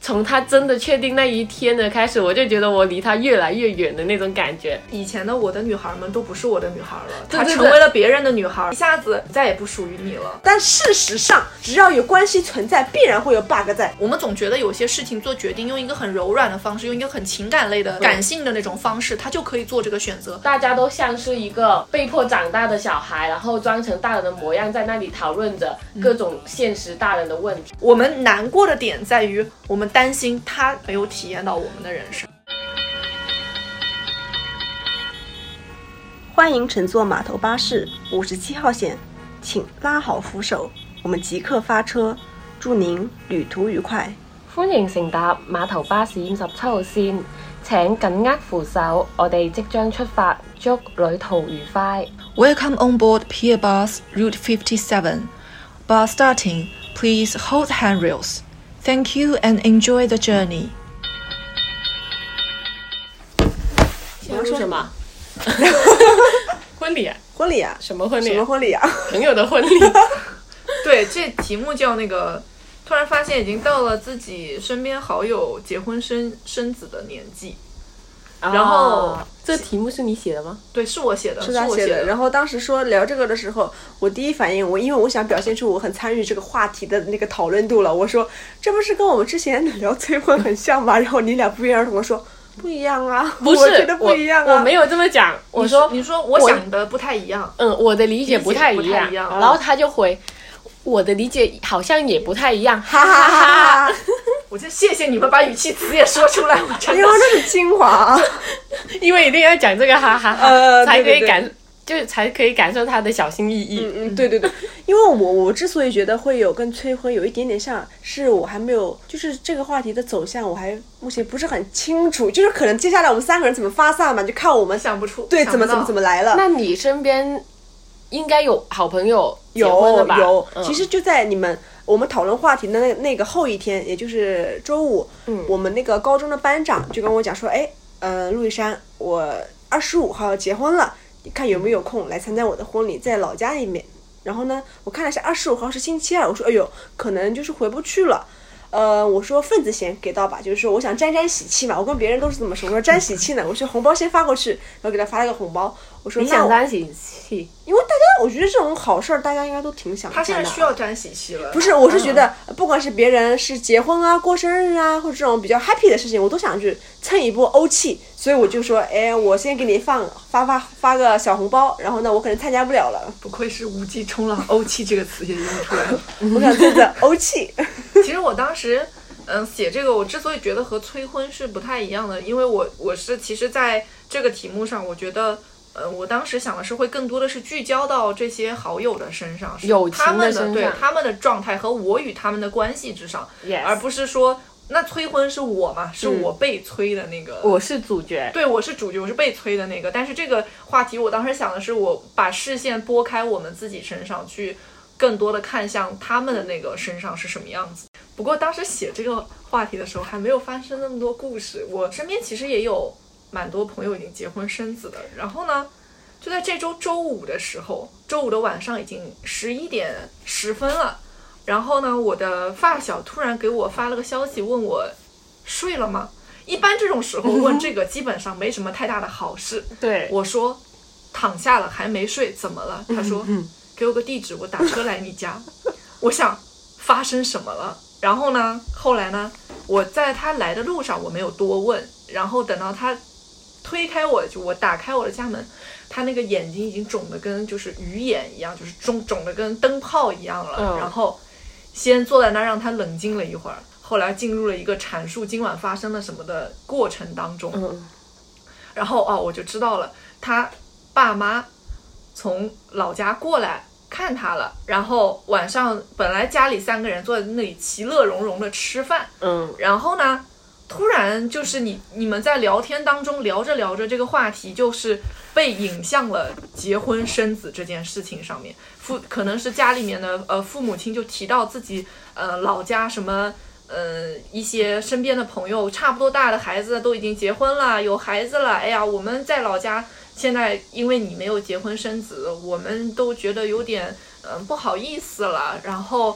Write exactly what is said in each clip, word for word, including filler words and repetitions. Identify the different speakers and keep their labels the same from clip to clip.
Speaker 1: 从他真的确定那一天的开始，我就觉得我离他越来越远的那种感觉。
Speaker 2: 以前的我的女孩们都不是我的女孩了，
Speaker 1: 对对对，
Speaker 2: 她成为了别人的女孩，一下子再也不属于你了。
Speaker 3: 但事实上，只要有关系存在，必然会有 bug 在。
Speaker 2: 我们总觉得有些事情做决定，用一个很柔软的方式，用一个很情感类的、感性的那种方式，他就可以做这个选择。
Speaker 1: 大家都像是一个被迫长大的小孩，然后装成大人的模样，在那里讨论着各种现实大人的问题。
Speaker 2: 嗯、我们难过的点在于，我们担心他没有体验到我们的人生。
Speaker 3: 欢迎乘坐码头巴士五十七号线，请拉好扶手，我們即刻發車，祝您旅途愉快。
Speaker 1: 歡迎乘搭碼頭巴士五十七號線，請緊握扶手，我哋即將出發，祝旅途愉快。
Speaker 2: Welcome on board Pier Bus Route fifty-seven. Bus starting, please hold handrails. Thank you and enjoy the journey.
Speaker 1: 现在说什么？婚礼啊？
Speaker 3: 婚礼啊？
Speaker 1: 什么婚礼、啊？
Speaker 3: 什么婚礼啊？
Speaker 1: 朋友的婚礼。
Speaker 2: 对，这题目叫那个，突然发现已经到了自己身边好友结婚生生子的年纪。然后、
Speaker 1: 啊、这题目是你写的吗？
Speaker 2: 对，是我写的，
Speaker 3: 是他写的。然后当时说聊这个的时候，我第一反应，我因为我想表现出我很参与这个话题的那个讨论度了，我说这不是跟我们之前聊催婚很像吗？然后你俩不约而同地说不一样啊，
Speaker 1: 不是，
Speaker 3: 我觉得不一样啊。
Speaker 1: 我, 我没有这么讲，我说
Speaker 2: 你说我想的不太一样，
Speaker 1: 嗯，我的理解不太一样，
Speaker 2: 不太一样。
Speaker 1: 然后他就回。我的理解好像也不太一样，哈
Speaker 3: 哈哈哈！
Speaker 2: 我就谢谢你们把语气词也说出来，我真的，
Speaker 3: 因为这是精华啊，
Speaker 1: 因为一定要讲这个哈哈哈，
Speaker 3: 呃，
Speaker 1: 才可以感，
Speaker 3: 对对
Speaker 1: 对就才可以感受他的小心翼翼。
Speaker 3: 嗯嗯，对对对，因为我我之所以觉得会有跟催婚有一点点像，是我还没有，就是这个话题的走向，我还目前不是很清楚，就是可能接下来我们三个人怎么发散嘛，就看我们
Speaker 2: 想不出，
Speaker 3: 对，怎么怎么怎么来了。
Speaker 1: 那你身边应该有好朋友结
Speaker 3: 婚
Speaker 1: 了吧？
Speaker 3: 有有、
Speaker 1: 嗯，
Speaker 3: 其实就在你们我们讨论话题的那那个后一天，也就是周五，
Speaker 1: 嗯，
Speaker 3: 我们那个高中的班长就跟我讲说，哎，呃，陆一山，我二十五号结婚了，你看有没有空来参加我的婚礼，在老家里面。然后呢，我看了一下，二十五号是星期二，我说，哎呦，可能就是回不去了。呃，我说份子钱给到吧，就是说我想沾沾喜气嘛，我跟别人都是这么说，我说沾喜气呢，我说红包先发过去，然后给他发了个红包，我说
Speaker 1: 你想沾喜气，
Speaker 3: 因为大家我觉得这种好事儿大家应该都挺想沾的。
Speaker 2: 他现在需要沾喜气了。
Speaker 3: 不是，我是觉得、嗯、不管是别人是结婚啊、过生日啊，或者这种比较 happy 的事情，我都想去蹭一波欧气，所以我就说，哎，我先给你放发发发个小红包，然后呢，我可能参加不了了。
Speaker 2: 不愧是无极冲浪，欧气这个词也用出来了。
Speaker 3: 我想蹭蹭欧气。
Speaker 2: 其实我当时。嗯，写这个我之所以觉得和催婚是不太一样的，因为我我是其实在这个题目上，我觉得，呃，我当时想的是会更多的是聚焦到这些好友的身上，
Speaker 1: 友情
Speaker 2: 他们
Speaker 1: 的身上，
Speaker 2: 对他们的状态和我与他们的关系之上，
Speaker 1: yes.
Speaker 2: 而不是说那催婚是我嘛，是我被催的那个，
Speaker 1: 嗯、我是主角，
Speaker 2: 对，我是主角，我是被催的那个。但是这个话题，我当时想的是，我把视线拨开我们自己身上去。更多的看向他们的那个身上是什么样子。不过当时写这个话题的时候还没有发生那么多故事，我身边其实也有蛮多朋友已经结婚生子的。然后呢，就在这周周五的时候，周五的晚上已经十一点十分了，然后呢，我的发小突然给我发了个消息，问我睡了吗？一般这种时候问这个基本上没什么太大的好事。
Speaker 1: 对，
Speaker 2: 我说躺下了还没睡，怎么了？他说、嗯嗯给我个地址，我打车来你家。我想发生什么了？然后呢，后来呢，我在他来的路上我没有多问，然后等到他推开我，就我打开我的家门，他那个眼睛已经肿得跟就是鱼眼一样，就是肿肿得跟灯泡一样了、嗯、然后先坐在那儿让他冷静了一会儿，后来进入了一个阐述今晚发生了什么的过程当中、嗯、然后哦，我就知道了，他爸妈从老家过来看他了，然后晚上本来家里三个人坐在那里其乐融融的吃饭，
Speaker 1: 嗯，
Speaker 2: 然后呢，突然就是你你们在聊天当中聊着聊着，这个话题就是被引向了结婚生子这件事情上面，父可能是家里面的呃父母亲就提到自己呃老家什么呃一些身边的朋友差不多大的孩子都已经结婚了，有孩子了，哎呀，我们在老家。现在因为你没有结婚生子，我们都觉得有点嗯不好意思了，然后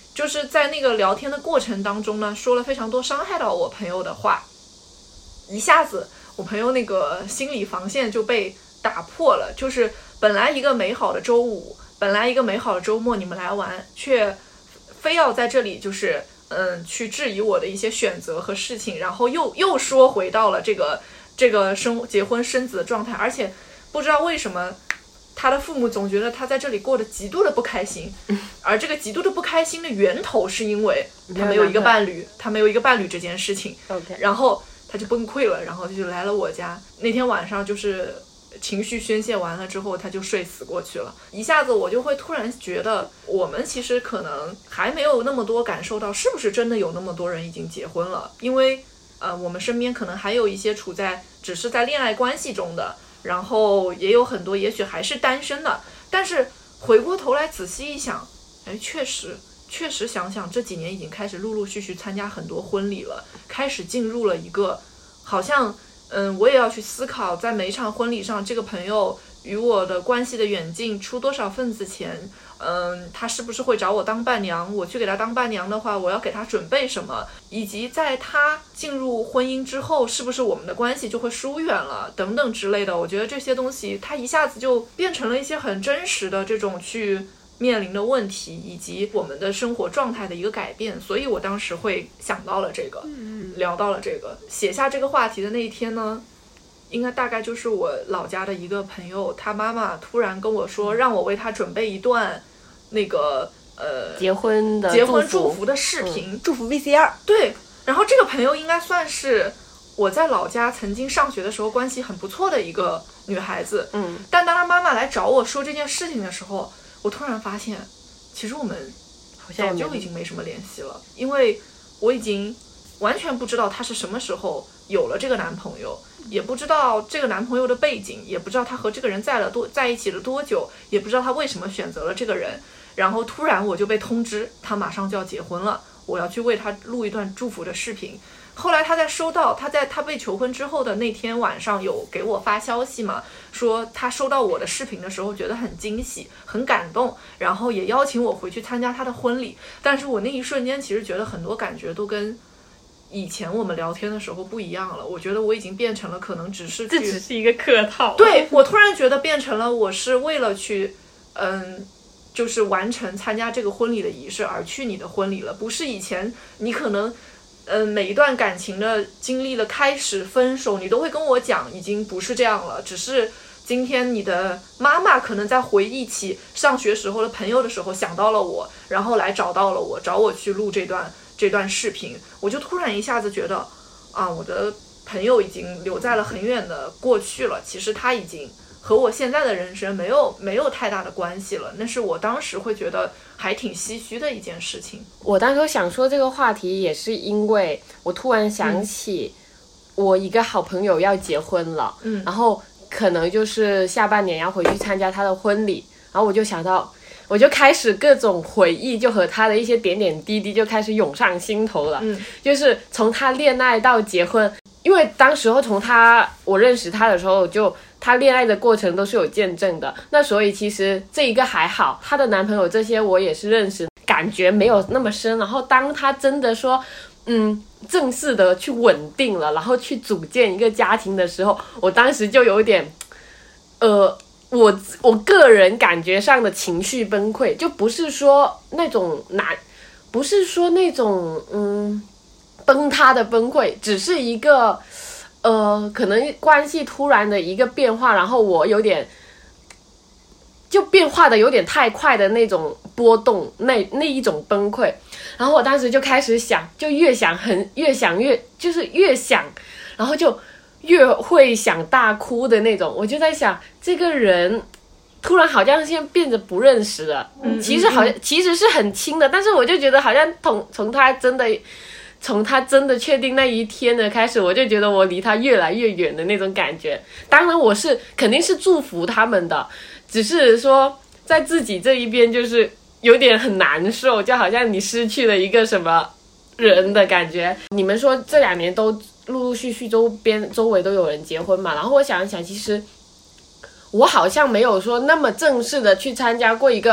Speaker 2: 就是在那个聊天的过程当中呢，说了非常多伤害到我朋友的话，一下子我朋友那个心理防线就被打破了，就是本来一个美好的周五，本来一个美好的周末你们来玩，却非要在这里就是嗯去质疑我的一些选择和事情，然后又又说回到了这个这个生结婚生子的状态，而且不知道为什么他的父母总觉得他在这里过得极度的不开心，而这个极度的不开心的源头是因为他没有一个伴侣，他没有一个伴侣这件事情。
Speaker 1: OK，
Speaker 2: 然后他就崩溃了，然后就来了我家。那天晚上就是情绪宣泄完了之后，他就睡死过去了。一下子我就会突然觉得，我们其实可能还没有那么多感受到，是不是真的有那么多人已经结婚了？因为呃，我们身边可能还有一些处在只是在恋爱关系中的。然后也有很多也许还是单身的，但是回过头来仔细一想，哎，确实确实想想这几年已经开始陆陆续续参加很多婚礼了，开始进入了一个好像嗯，我也要去思考在每一场婚礼上这个朋友与我的关系的远近出多少份子钱，嗯，他是不是会找我当伴娘，我去给他当伴娘的话我要给他准备什么，以及在他进入婚姻之后是不是我们的关系就会疏远了等等之类的。我觉得这些东西它一下子就变成了一些很真实的这种去面临的问题，以及我们的生活状态的一个改变，所以我当时会想到了这个，聊到了这个。写下这个话题的那一天呢，应该大概就是我老家的一个朋友，他妈妈突然跟我说让我为他准备一段那个呃
Speaker 1: 结婚的
Speaker 2: 结婚祝福的视频、
Speaker 3: 嗯、祝福 V C R。
Speaker 2: 对，然后这个朋友应该算是我在老家曾经上学的时候关系很不错的一个女孩子，
Speaker 1: 嗯，
Speaker 2: 但当她妈妈来找我说这件事情的时候，我突然发现其实我们早就已经没什么联系了，因为我已经完全不知道她是什么时候有了这个男朋友，也不知道这个男朋友的背景，也不知道他和这个人在了多在一起了多久，也不知道他为什么选择了这个人。然后突然我就被通知他马上就要结婚了，我要去为他录一段祝福的视频。后来他在收到他在他被求婚之后的那天晚上有给我发消息嘛，说他收到我的视频的时候觉得很惊喜很感动，然后也邀请我回去参加他的婚礼。但是我那一瞬间其实觉得很多感觉都跟以前我们聊天的时候不一样了，我觉得我已经变成了可能只是去
Speaker 1: 这只是一个客套。
Speaker 2: 对，我突然觉得变成了我是为了去嗯就是完成参加这个婚礼的仪式而去你的婚礼了，不是以前你可能嗯每一段感情的经历了开始分手你都会跟我讲，已经不是这样了，只是今天你的妈妈可能在回忆起上学时候的朋友的时候想到了我，然后来找到了我，找我去录这段这段视频。我就突然一下子觉得啊，我的朋友已经留在了很远的过去了，其实他已经和我现在的人生没有没有太大的关系了，那是我当时会觉得还挺唏嘘的一件事情。
Speaker 1: 我当时想说这个话题也是因为我突然想起我一个好朋友要结婚了，
Speaker 2: 嗯，
Speaker 1: 然后可能就是下半年要回去参加他的婚礼，然后我就想到我就开始各种回忆，就和他的一些点点滴滴就开始涌上心头了，
Speaker 2: 嗯，
Speaker 1: 就是从他恋爱到结婚，因为当时候从他我认识他的时候就他恋爱的过程都是有见证的，那所以其实这一个还好，他的男朋友这些我也是认识，感觉没有那么深。然后当他真的说嗯正式的去稳定了，然后去组建一个家庭的时候，我当时就有点呃我我个人感觉上的情绪崩溃，就不是说那种难不是说那种嗯崩塌的崩溃，只是一个呃，可能关系突然的一个变化，然后我有点就变化的有点太快的那种波动，那那一种崩溃。然后我当时就开始想，就越想很越想越就是越想，然后就越会想大哭的那种。我就在想，这个人突然好像现在变得不认识了，
Speaker 2: 嗯、
Speaker 1: 其实好像其实是很亲的，但是我就觉得好像从从他真的。从他真的确定那一天的开始，我就觉得我离他越来越远的那种感觉。当然我是肯定是祝福他们的，只是说在自己这一边就是有点很难受，就好像你失去了一个什么人的感觉。你们说这两年都陆陆续续周边周围都有人结婚嘛，然后我想一想，其实我好像没有说那么正式的去参加过一个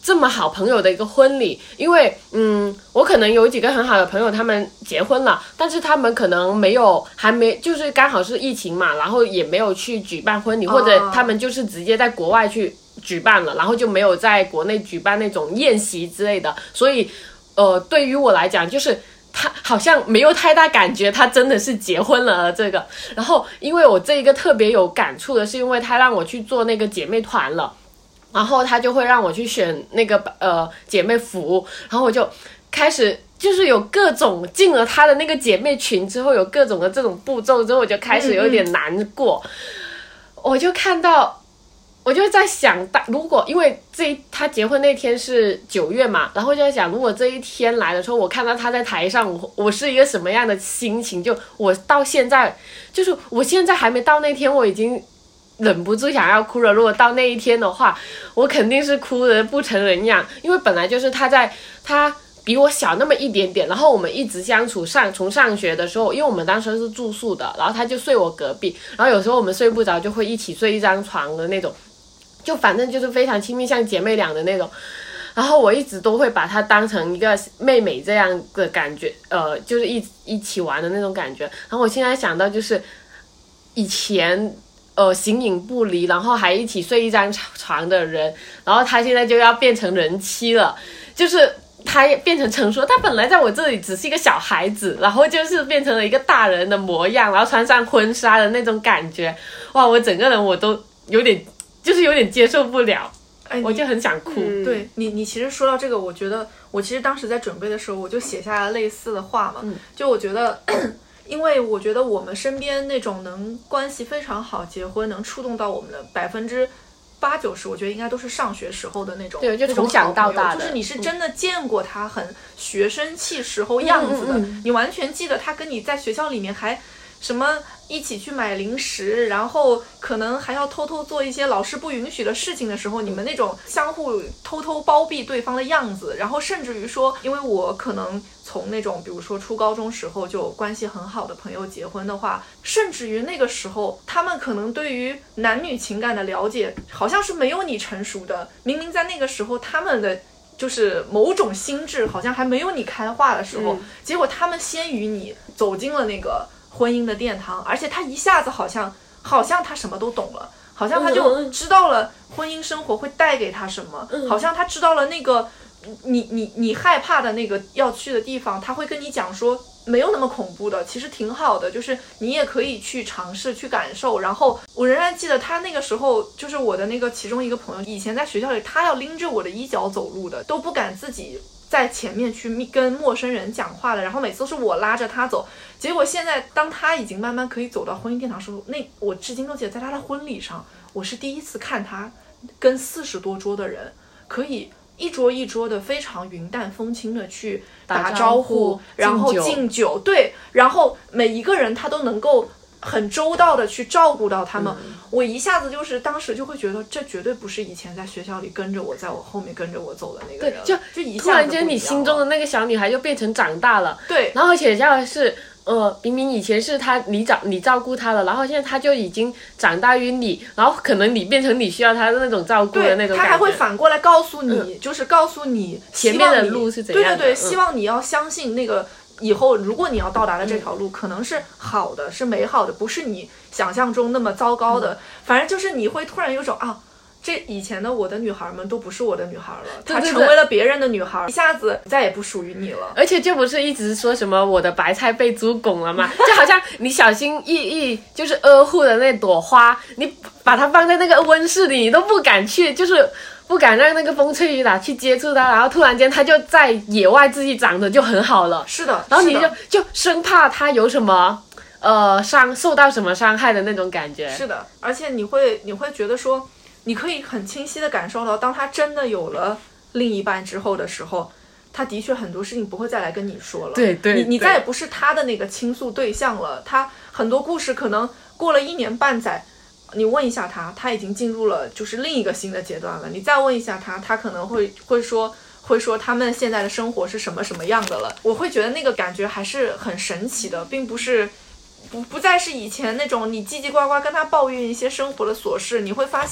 Speaker 1: 这么好朋友的一个婚礼，因为嗯，我可能有几个很好的朋友，他们结婚了，但是他们可能没有，还没就是刚好是疫情嘛，然后也没有去举办婚礼，或者他们就是直接在国外去举办了，然后就没有在国内举办那种宴席之类的，所以呃，对于我来讲，就是他好像没有太大感觉，他真的是结婚了这个。然后因为我这一个特别有感触的是，因为他让我去做那个姐妹团了。然后他就会让我去选那个呃姐妹服，然后我就开始就是有各种进了他的那个姐妹群之后，有各种的这种步骤之后，我就开始有点难过。嗯嗯我就看到，我就在想，如果因为这他结婚那天是九月嘛，然后就在想，如果这一天来的时候，我看到他在台上，我我是一个什么样的心情？就我到现在，就是我现在还没到那天，我已经忍不住想要哭了。如果到那一天的话，我肯定是哭得不成人样，因为本来就是他在他比我小那么一点点，然后我们一直相处上从上学的时候，因为我们当时是住宿的，然后他就睡我隔壁，然后有时候我们睡不着就会一起睡一张床的那种，就反正就是非常亲密，像姐妹俩的那种。然后我一直都会把她当成一个妹妹这样的感觉，呃，就是一一起玩的那种感觉。然后我现在想到就是以前。呃，形影不离，然后还一起睡一张床的人，然后他现在就要变成人妻了，就是他变成成熟，他本来在我这里只是一个小孩子，然后就是变成了一个大人的模样，然后穿上婚纱的那种感觉，哇，我整个人我都有点，就是有点接受不了，哎，我就很想哭。
Speaker 2: 嗯、对你，你其实说到这个，我觉得我其实当时在准备的时候，我就写下了类似的话嘛，嗯、就我觉得。因为我觉得我们身边那种能关系非常好结婚能触动到我们的百分之八九十，我觉得应该都是上学时候的那种，
Speaker 1: 对，就从小到大的，
Speaker 2: 就是你是真的见过他很学生气时候样子的，嗯嗯嗯你完全记得他跟你在学校里面还什么一起去买零食，然后可能还要偷偷做一些老师不允许的事情的时候，你们那种相互偷偷包庇对方的样子，然后甚至于说，因为我可能从那种比如说初高中时候就有关系很好的朋友结婚的话，甚至于那个时候他们可能对于男女情感的了解好像是没有你成熟的，明明在那个时候他们的就是某种心智好像还没有你开化的时候、嗯、结果他们先于你走进了那个婚姻的殿堂，而且他一下子好像好像他什么都懂了，好像他就知道了婚姻生活会带给他什么、嗯、好像他知道了那个你你你害怕的那个要去的地方，他会跟你讲说没有那么恐怖的，其实挺好的，就是你也可以去尝试去感受。然后我仍然记得他那个时候，就是我的那个其中一个朋友，以前在学校里他要拎着我的衣角走路的，都不敢自己在前面去跟陌生人讲话的，然后每次都是我拉着他走。结果现在当他已经慢慢可以走到婚姻殿堂的时候，那我至今都记得，在他的婚礼上，我是第一次看他跟四十多桌的人可以一桌一桌的非常云淡风轻的去打招呼，然后敬酒，对，然后每一个人他都能够很周到的去照顾到他们、嗯、我一下子就是当时就会觉得这绝对不是以前在学校里跟着我在我后面跟着我走的那个人，
Speaker 1: 对，就
Speaker 2: 就一下子
Speaker 1: 突然间你心中的那个小女孩就变成长大了，
Speaker 2: 对，
Speaker 1: 然后而且这样是呃，明明以前是他你照你照顾他了，然后现在他就已经长大于你，然后可能你变成你需要他的那种照顾的那种感觉，
Speaker 2: 他还会反过来告诉你、嗯、就是告诉你
Speaker 1: 前面的路是怎样的，
Speaker 2: 对对对、
Speaker 1: 嗯、
Speaker 2: 希望你要相信那个以后如果你要到达的这条路、嗯、可能是好的，是美好的，不是你想象中那么糟糕的、嗯、反正就是你会突然有种啊，这以前的我的女孩们都不是我的女孩了，她成为了别人的女孩，一下子再也不属于你了。
Speaker 1: 而且就不是一直说什么我的白菜被猪拱了吗？就好像你小心翼翼就是呵护的那朵花，你把它放在那个温室里，你都不敢去，就是不敢让那个风吹雨打去接触它，然后突然间它就在野外自己长得就很好了。
Speaker 2: 是的，
Speaker 1: 然后你就就生怕它有什么呃伤受到什么伤害的那种感觉。
Speaker 2: 是的，而且你会你会觉得说。你可以很清晰地感受到，当他真的有了另一半之后的时候，他的确很多事情不会再来跟你说了。
Speaker 1: 对对，
Speaker 2: 你你再也不是他的那个倾诉对象了。他很多故事可能过了一年半载，你问一下他，他已经进入了就是另一个新的阶段了。你再问一下他，他可能会会说会说他们现在的生活是什么什么样的了。我会觉得那个感觉还是很神奇的，并不是。不不再是以前那种你叽叽呱呱跟他抱怨一些生活的琐事，你会发现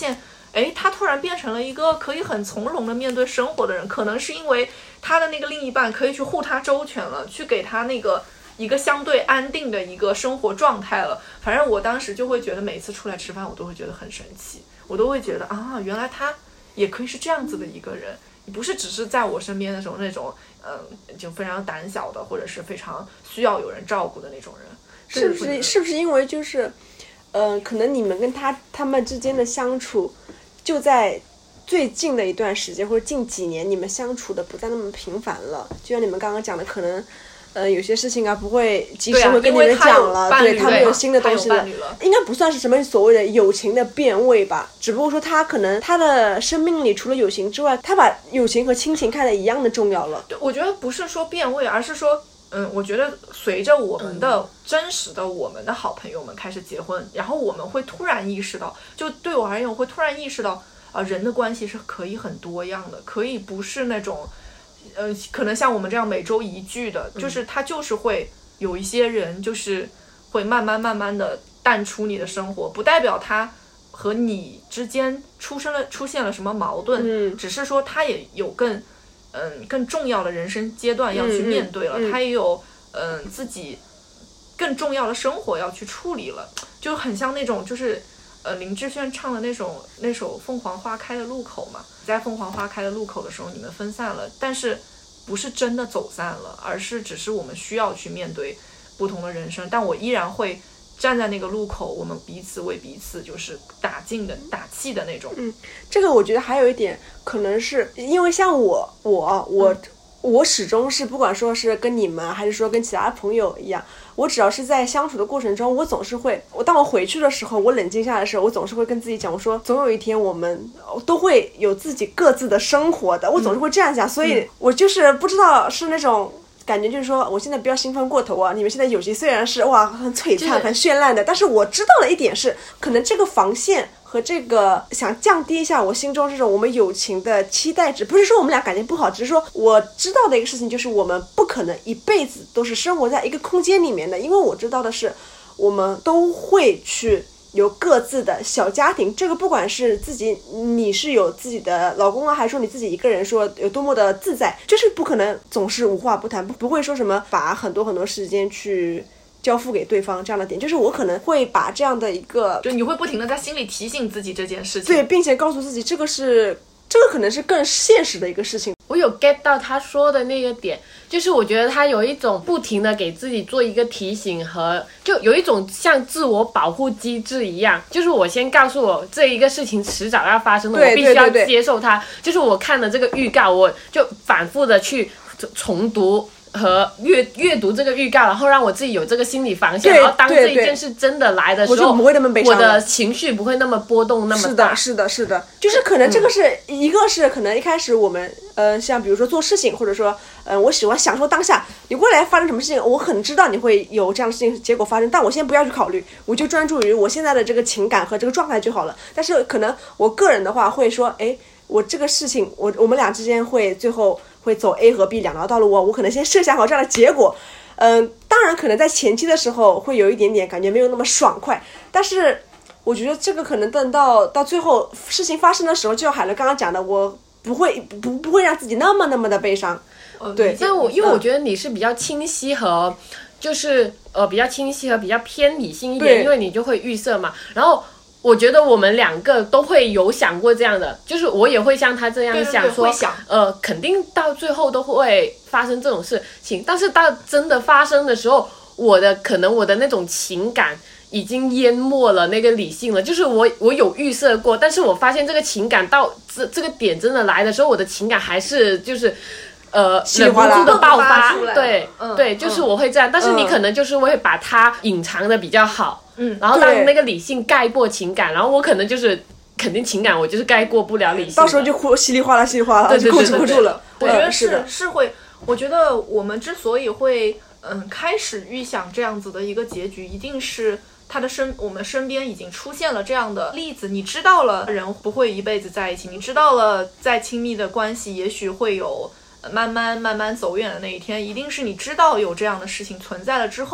Speaker 2: 哎，他突然变成了一个可以很从容的面对生活的人，可能是因为他的那个另一半可以去护他周全了，去给他那个一个相对安定的一个生活状态了。反正我当时就会觉得，每次出来吃饭我都会觉得很神奇，我都会觉得啊，原来他也可以是这样子的一个人，不是只是在我身边的时候那种嗯，就非常胆小的，或者是非常需要有人照顾的那种人。
Speaker 3: 是不是是不是因为就是呃，可能你们跟他他们之间的相处就在最近的一段时间或者近几年，你们相处的不再那么频繁了，就像你们刚刚讲的，可能呃有些事情啊不会及时会跟你们讲了，
Speaker 2: 对、啊、
Speaker 3: 对他们有新的东西
Speaker 2: 了，
Speaker 3: 应该不算是什么所谓的友情的变味吧，只不过说他可能他的生命里除了友情之外，他把友情和亲情看得一样的重要了。
Speaker 2: 对，我觉得不是说变味，而是说嗯，我觉得随着我们的真实的我们的好朋友们开始结婚，然后我们会突然意识到，就对我而言，我会突然意识到，呃，人的关系是可以很多样的，可以不是那种，呃，可能像我们这样每周一聚的，就是他就是会有一些人就是会慢慢慢慢的淡出你的生活，不代表他和你之间出生了出现了什么矛盾，
Speaker 3: 嗯，
Speaker 2: 只是说他也有更。嗯，更重要的人生阶段要去面对了，
Speaker 3: 嗯嗯、
Speaker 2: 他也有嗯自己更重要的生活要去处理了，就很像那种就是呃林志炫唱的那首那首《凤凰花开的路口》嘛，在凤凰花开的路口的时候，你们分散了，但是不是真的走散了，而是只是我们需要去面对不同的人生，但我依然会。站在那个路口，我们彼此为彼此就是打劲的打气的那种。
Speaker 3: 嗯，这个我觉得还有一点，可能是因为像我我我、嗯、我始终是不管说是跟你们还是说跟其他朋友一样，我只要是在相处的过程中，我总是会，我当我回去的时候，我冷静下来的时候，我总是会跟自己讲，我说总有一天我们都会有自己各自的生活的，我总是会这样想，嗯、所以我就是不知道是那种。感觉就是说，我现在不要兴奋过头啊！你们现在友情虽然是哇很璀璨、很绚烂的，但是我知道了一点是，可能这个防线和这个想降低一下我心中这种我们友情的期待值，不是说我们俩感情不好，只是说我知道的一个事情就是我们不可能一辈子都是生活在一个空间里面的，因为我知道的是，我们都会去。有各自的小家庭，这个不管是自己你是有自己的老公啊，还是说你自己一个人说有多么的自在，就是不可能总是无话不谈，不不会说什么把很多很多时间去交付给对方这样的点，就是我可能会把这样的一个，
Speaker 2: 就你会不停的在心里提醒自己这件事情，
Speaker 3: 对，并且告诉自己这个是这个可能是更现实的一个事情。
Speaker 1: 我有 get 到他说的那个点，就是我觉得他有一种不停的给自己做一个提醒和就有一种像自我保护机制一样，就是我先告诉我这一个事情迟早要发生的，我必须要接受它。就是我看了这个预告，我就反复的去重读和阅阅读这个预告，然后让我自己有这个心理防线，然后当这一件事真的来的时候，
Speaker 3: 我就不会那么悲伤，
Speaker 1: 我的情绪不会那么波动那么大。
Speaker 3: 是的，是的，是的，就是可能这个是、嗯、一个是可能一开始我们呃像比如说做事情，或者说呃我喜欢享受当下，你未来发生什么事情，我很知道你会有这样的事情结果发生，但我先不要去考虑，我就专注于我现在的这个情感和这个状态就好了。但是可能我个人的话会说，哎，我这个事情我我们俩之间会最后会走 A 和 B 两条道路，我我可能先设想好这样的结果。嗯、呃，当然可能在前期的时候会有一点点感觉没有那么爽快，但是我觉得这个可能等到到最后事情发生的时候，就像海伦刚刚讲的，我不会不不会让自己那么那么的悲伤。
Speaker 2: 呃、
Speaker 3: 对，
Speaker 1: 但我因为我觉得你是比较清晰和就是呃比较清晰和比较偏理性一点，因为你就会预设嘛，然后。我觉得我们两个都会有想过这样的，就是我也会像他这样想说，
Speaker 2: 对对对，想
Speaker 1: 呃，肯定到最后都会发生这种事情，但是到真的发生的时候，我的可能我的那种情感已经淹没了那个理性了，就是我我有预设过，但是我发现这个情感到这这个点真的来的时候，我的情感还是就是呃忍不住的爆发，对、嗯、对，就是我会这样、嗯，但是你可能就是会把它隐藏的比较好。嗯，然后让那个理性盖过情感，然后我可能就是肯定情感我就是盖过不了理性，
Speaker 3: 到时候就哭稀里哗啦稀里哗啦，
Speaker 1: 对对对对对，
Speaker 3: 就控制不住了。
Speaker 2: 我觉得是
Speaker 3: 是
Speaker 2: 是会，我觉得我们之所以会嗯开始预想这样子的一个结局，一定是他的身我们身边已经出现了这样的例子，你知道了人不会一辈子在一起，你知道了再亲密的关系也许会有慢慢慢慢走远的那一天，一定是你知道有这样的事情存在了之后，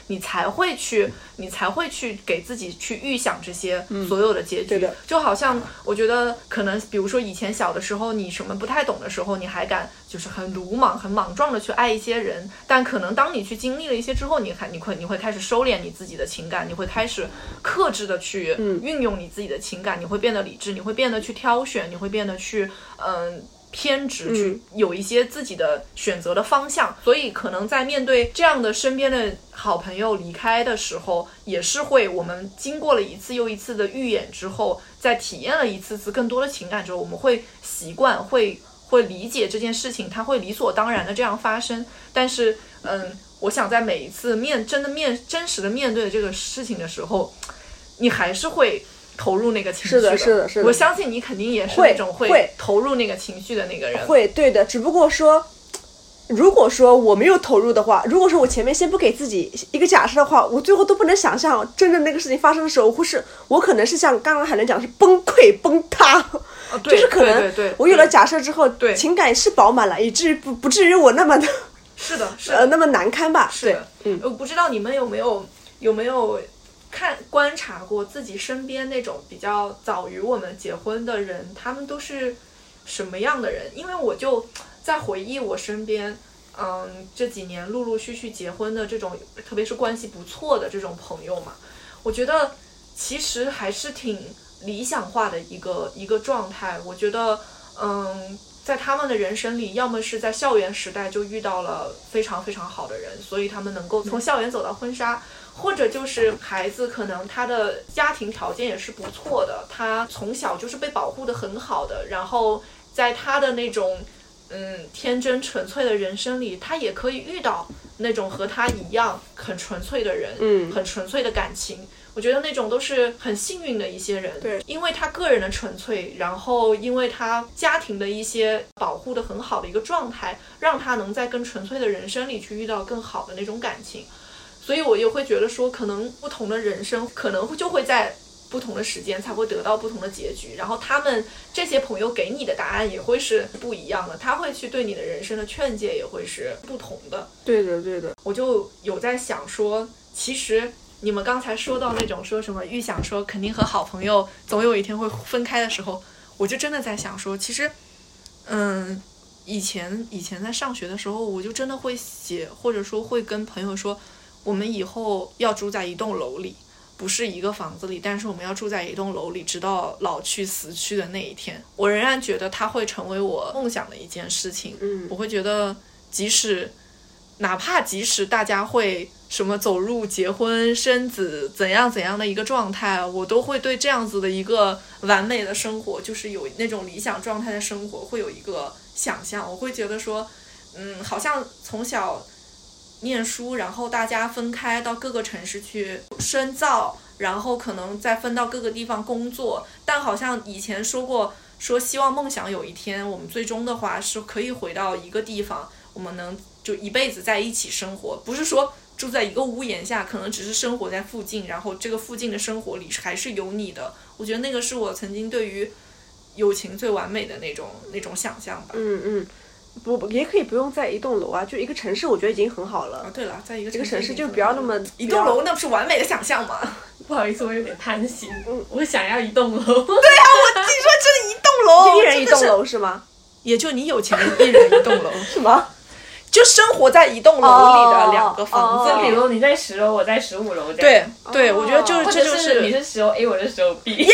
Speaker 2: 你才会去你才会去给自己去预想这些所有的结局、嗯、就好像我觉得可能比如说以前小的时候你什么不太懂的时候，你还敢就是很鲁莽很莽撞的去爱一些人，但可能当你去经历了一些之后，你还你会你会开始收敛你自己的情感，你会开始克制的去运用你自己的情感、嗯、你会变得理智，你会变得去挑选，你会变得去嗯偏执，去有一些自己的选择的方向、嗯、所以可能在面对这样的身边的好朋友离开的时候，也是会我们经过了一次又一次的预演之后，在体验了一次次更多的情感之后，我们会习惯会会理解这件事情，它会理所当然的这样发生。但是嗯，我想在每一次面真的面真实的面对这个事情的时候，你还是会投入那个情绪的。
Speaker 3: 是的是的是的，
Speaker 2: 我相信你肯定也是那种会投入那个情绪的那个人。
Speaker 3: 会，对的。只不过说如果说我没有投入的话，如果说我前面先不给自己一个假设的话，我最后都不能想象真正那个事情发生的时候，或是我可能是像刚刚海伦讲的是崩溃崩塌、
Speaker 2: 哦、对，
Speaker 3: 就是可能我有了假设之后，
Speaker 2: 对
Speaker 3: 情感是饱满了，以至于不不至于我那么的
Speaker 2: 是的是的、
Speaker 3: 呃、那么难堪吧。
Speaker 2: 是的，嗯，我不知道你们有没有有没有看观察过自己身边那种比较早于我们结婚的人，他们都是什么样的人？因为我就在回忆我身边嗯，这几年陆陆续续结婚的这种，特别是关系不错的这种朋友嘛，我觉得其实还是挺理想化的一个一个状态。我觉得嗯，在他们的人生里，要么是在校园时代就遇到了非常非常好的人，所以他们能够从校园走到婚纱，或者就是孩子可能他的家庭条件也是不错的，他从小就是被保护得很好的，然后在他的那种嗯天真纯粹的人生里，他也可以遇到那种和他一样很纯粹的人，
Speaker 3: 嗯，
Speaker 2: 很纯粹的感情。我觉得那种都是很幸运的一些人，
Speaker 3: 对，
Speaker 2: 因为他个人的纯粹，然后因为他家庭的一些保护的很好的一个状态，让他能在更纯粹的人生里去遇到更好的那种感情。所以我也会觉得说，可能不同的人生可能就会在不同的时间才会得到不同的结局，然后他们这些朋友给你的答案也会是不一样的，他会去对你的人生的劝诫也会是不同的。
Speaker 3: 对的对的，
Speaker 2: 我就有在想说，其实你们刚才说到那种说什么预想说肯定和好朋友总有一天会分开的时候，我就真的在想说，其实嗯以前以前在上学的时候，我就真的会写，或者说会跟朋友说，我们以后要住在一栋楼里，不是一个房子里，但是我们要住在一栋楼里，直到老去死去的那一天。我仍然觉得它会成为我梦想的一件事情。
Speaker 3: 嗯，
Speaker 2: 我会觉得即使哪怕即使大家会什么走入结婚生子怎样怎样的一个状态，我都会对这样子的一个完美的生活，就是有那种理想状态的生活会有一个想象。我会觉得说嗯，好像从小念书，然后大家分开到各个城市去深造，然后可能再分到各个地方工作，但好像以前说过说希望梦想有一天我们最终的话是可以回到一个地方，我们能就一辈子在一起生活，不是说住在一个屋檐下，可能只是生活在附近，然后这个附近的生活里还是有你的。我觉得那个是我曾经对于友情最完美的那种那种想象吧。
Speaker 3: 嗯嗯，不不也可以不用在一栋楼啊，就一个城市我觉得已经很好了。
Speaker 2: 啊，对了，在一个
Speaker 3: 一个城市就不要那么
Speaker 2: 一栋楼，那不是完美的想象吗？
Speaker 1: 不好意思，我有点贪心，嗯，我想要一栋楼。对啊，
Speaker 2: 我自己说这里一栋楼，
Speaker 3: 一人一栋楼是吗？
Speaker 2: 也就你有钱人一人一栋楼
Speaker 3: 是吗？
Speaker 2: 就生活在一栋楼里的两个房子里，
Speaker 1: 就比如你在十楼，我在十五楼这
Speaker 2: 样。对对，
Speaker 3: 哦、
Speaker 2: 我觉得就是这就是
Speaker 1: 你是十楼 A， 我是十楼 B。Yes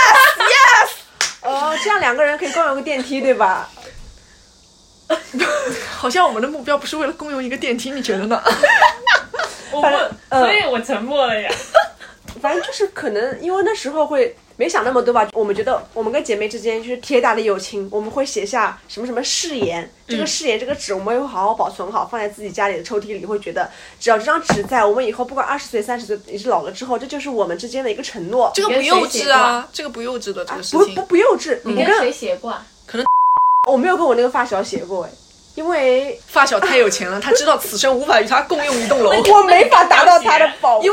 Speaker 2: yes。
Speaker 3: 哦，这样两个人可以共用个电梯，对吧？
Speaker 2: 好像我们的目标不是为了共用一个电梯，你觉得呢？
Speaker 1: 我不、呃，所以我沉默了呀。
Speaker 3: 反正就是可能因为那时候会没想那么多吧，我们觉得我们跟姐妹之间就是铁打的友情，我们会写下什么什么誓言、嗯、这个誓言这个纸我们会好好保存好，放在自己家里的抽屉里，会觉得只要这张纸在，我们以后不管二十岁三十岁也是老了之后，这就是我们之间的一个承诺。
Speaker 2: 这个不幼稚啊，这个不幼稚的这个事情、
Speaker 3: 啊、不不不幼稚。
Speaker 1: 你跟谁写过啊？
Speaker 2: 可能
Speaker 3: 我没有跟我那个发小写过哎，因为
Speaker 2: 发小太有钱了，他知道此生无法与他共用一栋楼。
Speaker 3: 我没法达到他的保，
Speaker 2: 因为发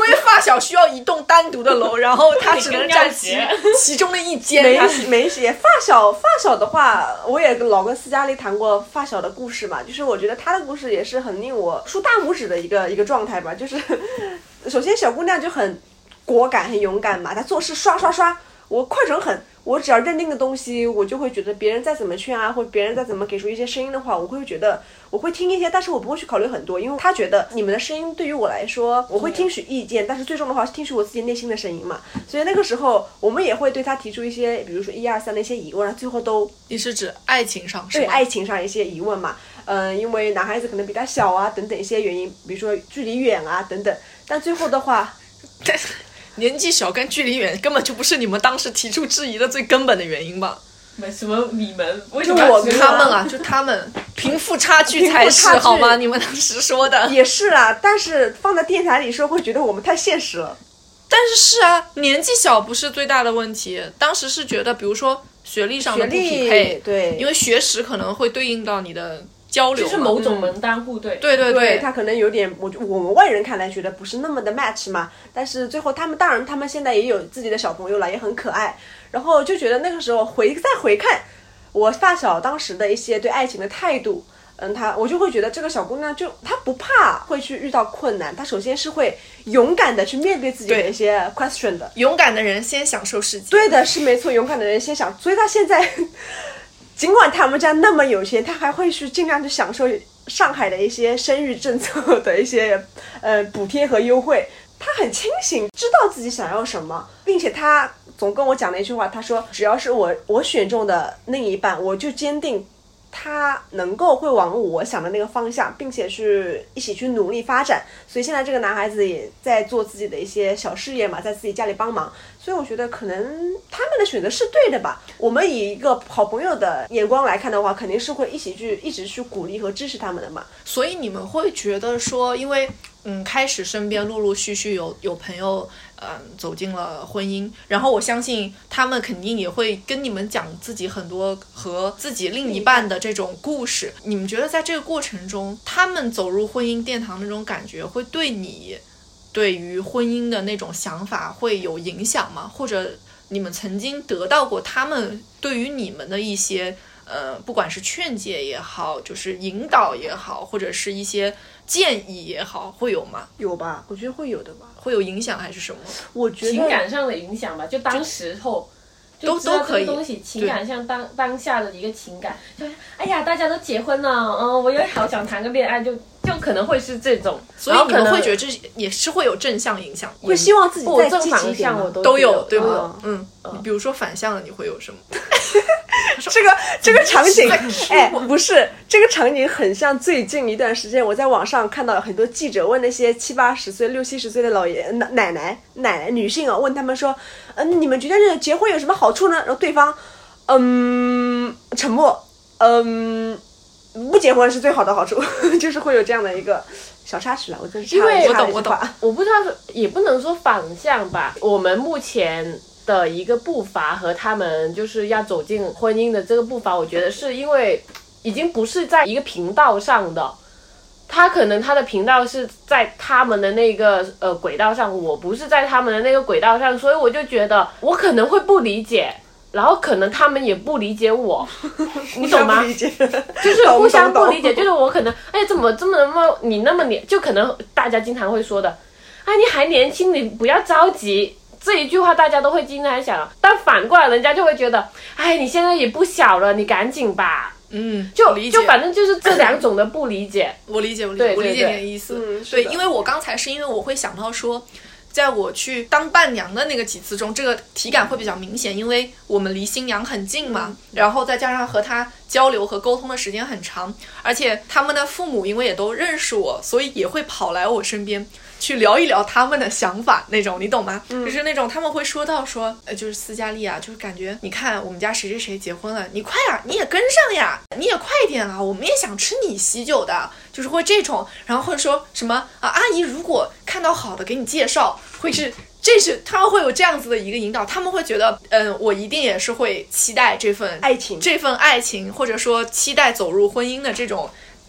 Speaker 2: 小需要一栋单独的楼，然后他只能占其其中的一间。
Speaker 3: 没没写发小，发小的话，我也老跟斯嘉丽谈过发小的故事嘛，就是我觉得他的故事也是很令我竖大拇指的一个一个状态吧。就是首先小姑娘就很果敢、很勇敢嘛，她做事刷刷刷，我快准狠。我只要认定的东西，我就会觉得别人再怎么劝啊，或者别人再怎么给出一些声音的话，我会觉得我会听一些，但是我不会去考虑很多，因为他觉得你们的声音对于我来说，我会听取意见，但是最终的话是听取我自己内心的声音嘛。所以那个时候我们也会对他提出一些，比如说一二三的一些疑问，最后都
Speaker 2: 你是指爱情上是
Speaker 3: 对
Speaker 2: 吗？
Speaker 3: 爱情上一些疑问嘛。嗯、呃，因为男孩子可能比他小啊，等等一些原因，比如说距离远啊等等，但最后的话。
Speaker 2: 年纪小跟距离远根本就不是你们当时提出质疑的最根本的原因吧？
Speaker 1: 没什么你们，为
Speaker 3: 什么我
Speaker 2: 他们啊，就他们贫富差距才是好吗？你们当时说的
Speaker 3: 也是啦，但是放在电台里说会觉得我们太现实了。
Speaker 2: 但是是啊，年纪小不是最大的问题，当时是觉得比如说学历上的不匹配，
Speaker 3: 对，
Speaker 2: 因为学识可能会对应到你的交流，
Speaker 1: 就是某种门当户对。
Speaker 2: 对对
Speaker 3: 对，他可能有点，我我们外人看来觉得不是那么的 match 嘛，但是最后他们当然他们现在也有自己的小朋友了，也很可爱，然后就觉得那个时候回再回看我发小当时的一些对爱情的态度，嗯，他我就会觉得这个小姑娘就她不怕会去遇到困难，她首先是会勇敢的去面对自己的一些 question 的。
Speaker 2: 勇敢的人先享受世界。
Speaker 3: 对的，是没错，勇敢的人先享，所以她现在。尽管他们家那么有钱，他还会去尽量去享受上海的一些生育政策的一些呃补贴和优惠。他很清醒，知道自己想要什么，并且他总跟我讲了一句话，他说只要是我我选中的另一半，我就坚定他能够会往我想的那个方向，并且是一起去努力发展。所以现在这个男孩子也在做自己的一些小事业嘛，在自己家里帮忙。所以我觉得可能他们的选择是对的吧。我们以一个好朋友的眼光来看的话，肯定是会一起去一直去鼓励和支持他们的嘛。
Speaker 2: 所以你们会觉得说，因为嗯，开始身边陆陆续续有有朋友嗯走进了婚姻，然后我相信他们肯定也会跟你们讲自己很多和自己另一半的这种故事。你们觉得在这个过程中，他们走入婚姻殿堂那种感觉会对你对于婚姻的那种想法会有影响吗？或者你们曾经得到过他们对于你们的一些呃，不管是劝诫也好，就是引导也好，或者是一些建议也好，会有吗？
Speaker 3: 有吧，我觉得会有的吧。
Speaker 2: 会有影响还是什么？
Speaker 3: 我觉得
Speaker 1: 情感上的影响吧，就当时候
Speaker 2: 都都可以。
Speaker 1: 东西情感像当当下的一个情感，就是哎呀，大家都结婚了，嗯，我也好想谈个恋爱，就就可能会是这种。
Speaker 2: 所以你们会觉得这也是会有正向影响，
Speaker 3: 会希望自己再积极
Speaker 1: 一点吗？
Speaker 2: 都有，对吧？嗯，嗯比如说反向的，你会有什么？
Speaker 3: 这个这个场景，哎，不是这个场景很像最近一段时间我在网上看到很多记者问那些七八十岁、六七十岁的老爷奶奶奶奶女性啊，问他们说，嗯，你们觉得结婚有什么好处呢？然后对方，嗯，沉默，嗯，不结婚是最好的好处，就是会有这样的一个小插曲了。我真是
Speaker 1: 因为
Speaker 2: 我懂我懂，
Speaker 1: 我不知道，也不能说反向吧。我们目前的一个步伐和他们就是要走进婚姻的这个步伐，我觉得是因为已经不是在一个频道上的，他可能他的频道是在他们的那个呃轨道上，我不是在他们的那个轨道上，所以我就觉得我可能会不理解，然后可能他们也不理解我，你懂吗？就是互相不理解，就是我可能哎怎么这么那么你那么年，就可能大家经常会说的，哎你还年轻，你不要着急。这一句话大家都会经常想，但反过来人家就会觉得，哎，你现在也不小了，你赶紧吧。
Speaker 2: 嗯，
Speaker 1: 就就反正就是这两种的不理解。
Speaker 2: 我理解，我理解，我理解你的意思。
Speaker 3: 嗯，
Speaker 2: 对，因为我刚才是因为我会想到说，在我去当伴娘的那个几次中，这个体感会比较明显，因为我们离新娘很近嘛，然后再加上和她交流和沟通的时间很长，而且他们的父母因为也都认识我，所以也会跑来我身边。去聊一聊他们的想法那种，你懂吗？嗯、就是那种他们会说到说，呃，就是斯嘉丽啊，就是感觉你看我们家谁谁谁结婚了，你快啊，你也跟上呀，你也快点啊，我们也想吃你喜酒的，就是会这种，然后会说什么啊，阿姨如果看到好的给你介绍，会是。这是他们会有这样子的一个引导，他们会觉得，嗯，我一定也是会期待这份
Speaker 3: 爱情，
Speaker 2: 这份爱情，或者说期待走入婚姻的这种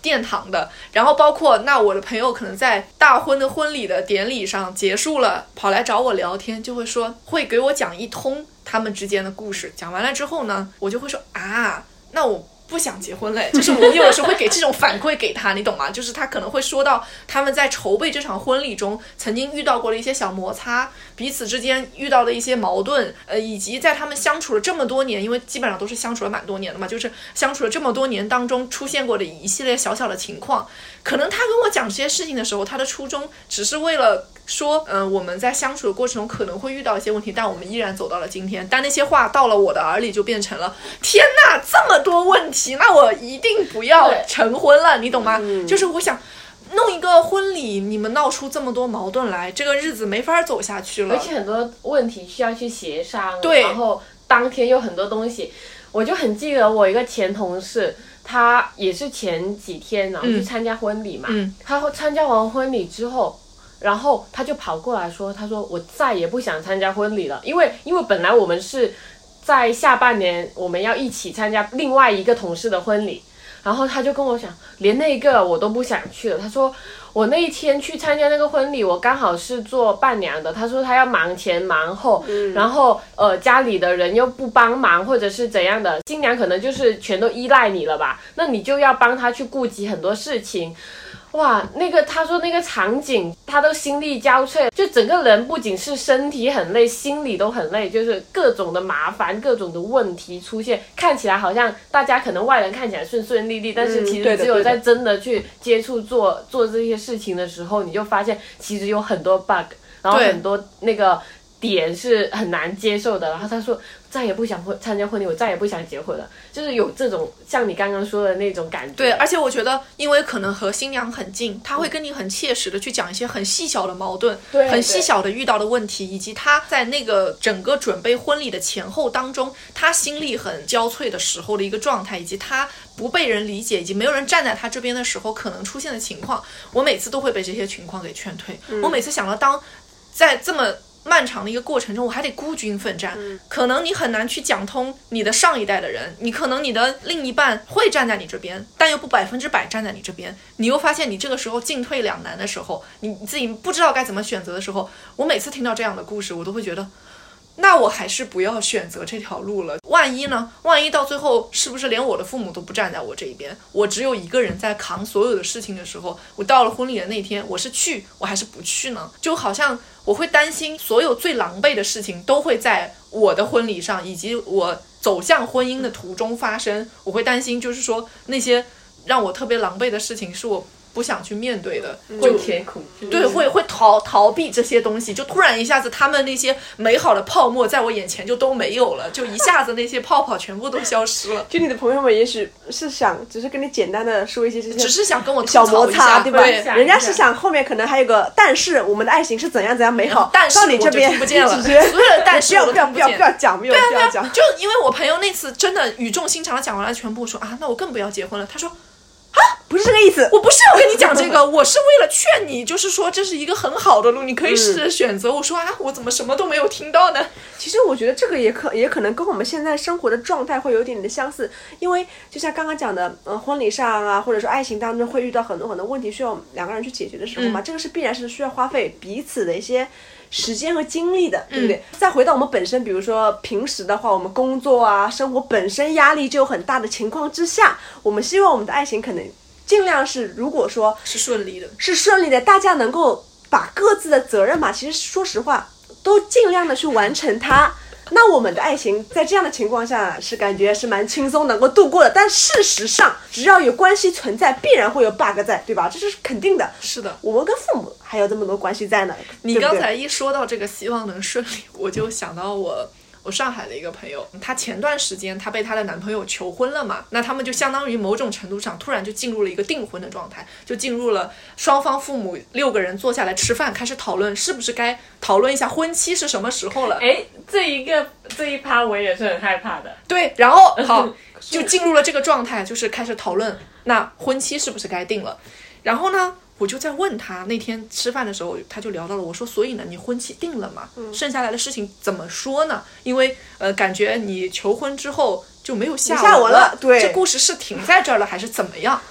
Speaker 2: 殿堂的。然后包括那我的朋友可能在大婚的婚礼的典礼上结束了，跑来找我聊天，就会说会给我讲一通他们之间的故事。讲完了之后呢，我就会说啊，那我不想结婚嘞，就是我有的时候会给这种反馈给他，你懂吗？就是他可能会说到他们在筹备这场婚礼中曾经遇到过的一些小摩擦，彼此之间遇到的一些矛盾，呃，以及在他们相处了这么多年，因为基本上都是相处了蛮多年的嘛，就是相处了这么多年当中出现过的一系列小小的情况。可能他跟我讲这些事情的时候，他的初衷只是为了说，嗯、呃，我们在相处的过程中可能会遇到一些问题，但我们依然走到了今天。但那些话到了我的耳里，就变成了天哪，这么多问题，那我一定不要成婚了，你懂吗？嗯、就是我想弄一个婚礼，你们闹出这么多矛盾来，这个日子没法走下去了。
Speaker 1: 而且很多问题需要去协商，
Speaker 2: 对，
Speaker 1: 然后当天有很多东西，我就很记得我一个前同事。他也是前几天然后去参加婚礼嘛、嗯、他参加完婚礼之后，然后他就跑过来说，他说我再也不想参加婚礼了，因为因为本来我们是在下半年我们要一起参加另外一个同事的婚礼，然后他就跟我讲连那个我都不想去了。他说我那一天去参加那个婚礼，我刚好是做伴娘的，他说他要忙前忙后、嗯、然后呃家里的人又不帮忙或者是怎样的，新娘可能就是全都依赖你了吧，那你就要帮他去顾及很多事情。哇，那个他说那个场景他都心力交瘁，就整个人不仅是身体很累，心里都很累，就是各种的麻烦各种的问题出现，看起来好像大家可能外人看起来顺顺利利，但是其实只有在真的去接触做做这些事情的时候，你就发现其实有很多 bug， 然后很多那个点是很难接受的。然后他说再也不想参加婚礼，我再也不想结婚了，就是有这种像你刚刚说的那种感觉。
Speaker 2: 对，而且我觉得因为可能和新娘很近，他会跟你很切实的去讲一些很细小的矛盾，
Speaker 1: 对，
Speaker 2: 很细小的遇到的问题，以及他在那个整个准备婚礼的前后当中，他心力很交瘁的时候的一个状态，以及他不被人理解以及没有人站在他这边的时候可能出现的情况。我每次都会被这些情况给劝退、嗯、我每次想到当在这么漫长的一个过程中，我还得孤军奋战、嗯、可能你很难去讲通你的上一代的人，你可能你的另一半会站在你这边，但又不百分之百站在你这边，你又发现你这个时候进退两难的时候，你自己不知道该怎么选择的时候，我每次听到这样的故事，我都会觉得那我还是不要选择这条路了。万一呢？万一到最后是不是连我的父母都不站在我这一边，我只有一个人在扛所有的事情的时候，我到了婚礼的那天，我是去我还是不去呢？就好像我会担心所有最狼狈的事情都会在我的婚礼上以及我走向婚姻的途中发生。我会担心就是说那些让我特别狼狈的事情是我不想去面对的，
Speaker 1: 会填恐惧，
Speaker 2: 对，会会逃逃避这些东西，就突然一下子他们那些美好的泡沫在我眼前就都没有了，就一下子那些泡泡全部都消失了。
Speaker 3: 就你的朋友们也许是想只是跟你简单的说一些这些，
Speaker 2: 只是想跟我
Speaker 3: 小摩擦，对吧？
Speaker 2: 对，
Speaker 3: 人家是想后面可能还有个但是我们的爱情是怎样怎样美好，
Speaker 2: 但是
Speaker 3: 到你这边
Speaker 2: 我就听不见了，
Speaker 3: 所有
Speaker 2: 的但是我
Speaker 3: 不要不要不要讲，没有必要讲。
Speaker 2: 就因为我朋友那次真的语重心长的讲完了全部，说啊，那我更不要结婚了。他说啊，
Speaker 3: 不是这个意思，
Speaker 2: 我不是要跟你讲这个，我是为了劝你，就是说这是一个很好的路，你可以试着选择、嗯、我说啊，我怎么什么都没有听到呢？
Speaker 3: 其实我觉得这个也可也可能跟我们现在生活的状态会有一点点的相似，因为就像刚刚讲的呃，婚礼上啊，或者说爱情当中会遇到很多很多问题需要两个人去解决的时候嘛、嗯、这个是必然是需要花费彼此的一些时间和精力的，对不对、嗯、再回到我们本身，比如说平时的话，我们工作啊生活本身压力就有很大的情况之下，我们希望我们的爱情可能尽量是如果说
Speaker 2: 是顺利的
Speaker 3: 是顺利的，大家能够把各自的责任嘛，其实说实话都尽量的去完成它，那我们的爱情在这样的情况下是感觉是蛮轻松能够度过的。但事实上只要有关系存在，必然会有 bug 在，对吧？这是肯定的。
Speaker 2: 是的，
Speaker 3: 我们跟父母还有这么多关系在呢。
Speaker 2: 你刚才一说到这个希望能顺利，我就想到我我上海的一个朋友，她前段时间她被她的男朋友求婚了嘛，那他们就相当于某种程度上突然就进入了一个订婚的状态，就进入了双方父母六个人坐下来吃饭，开始讨论是不是该讨论一下婚期是什么时候了。
Speaker 1: 哎，这一个这一趴我也是很害怕的。
Speaker 2: 对，然后好就进入了这个状态，就是开始讨论那婚期是不是该定了。然后呢我就在问他，那天吃饭的时候他就聊到了，我说所以呢你婚期定了吗、嗯、剩下来的事情怎么说呢？因为呃感觉你求婚之后就没有下文了，
Speaker 3: 下文了，对，
Speaker 2: 这故事是停在这儿了还是怎么样？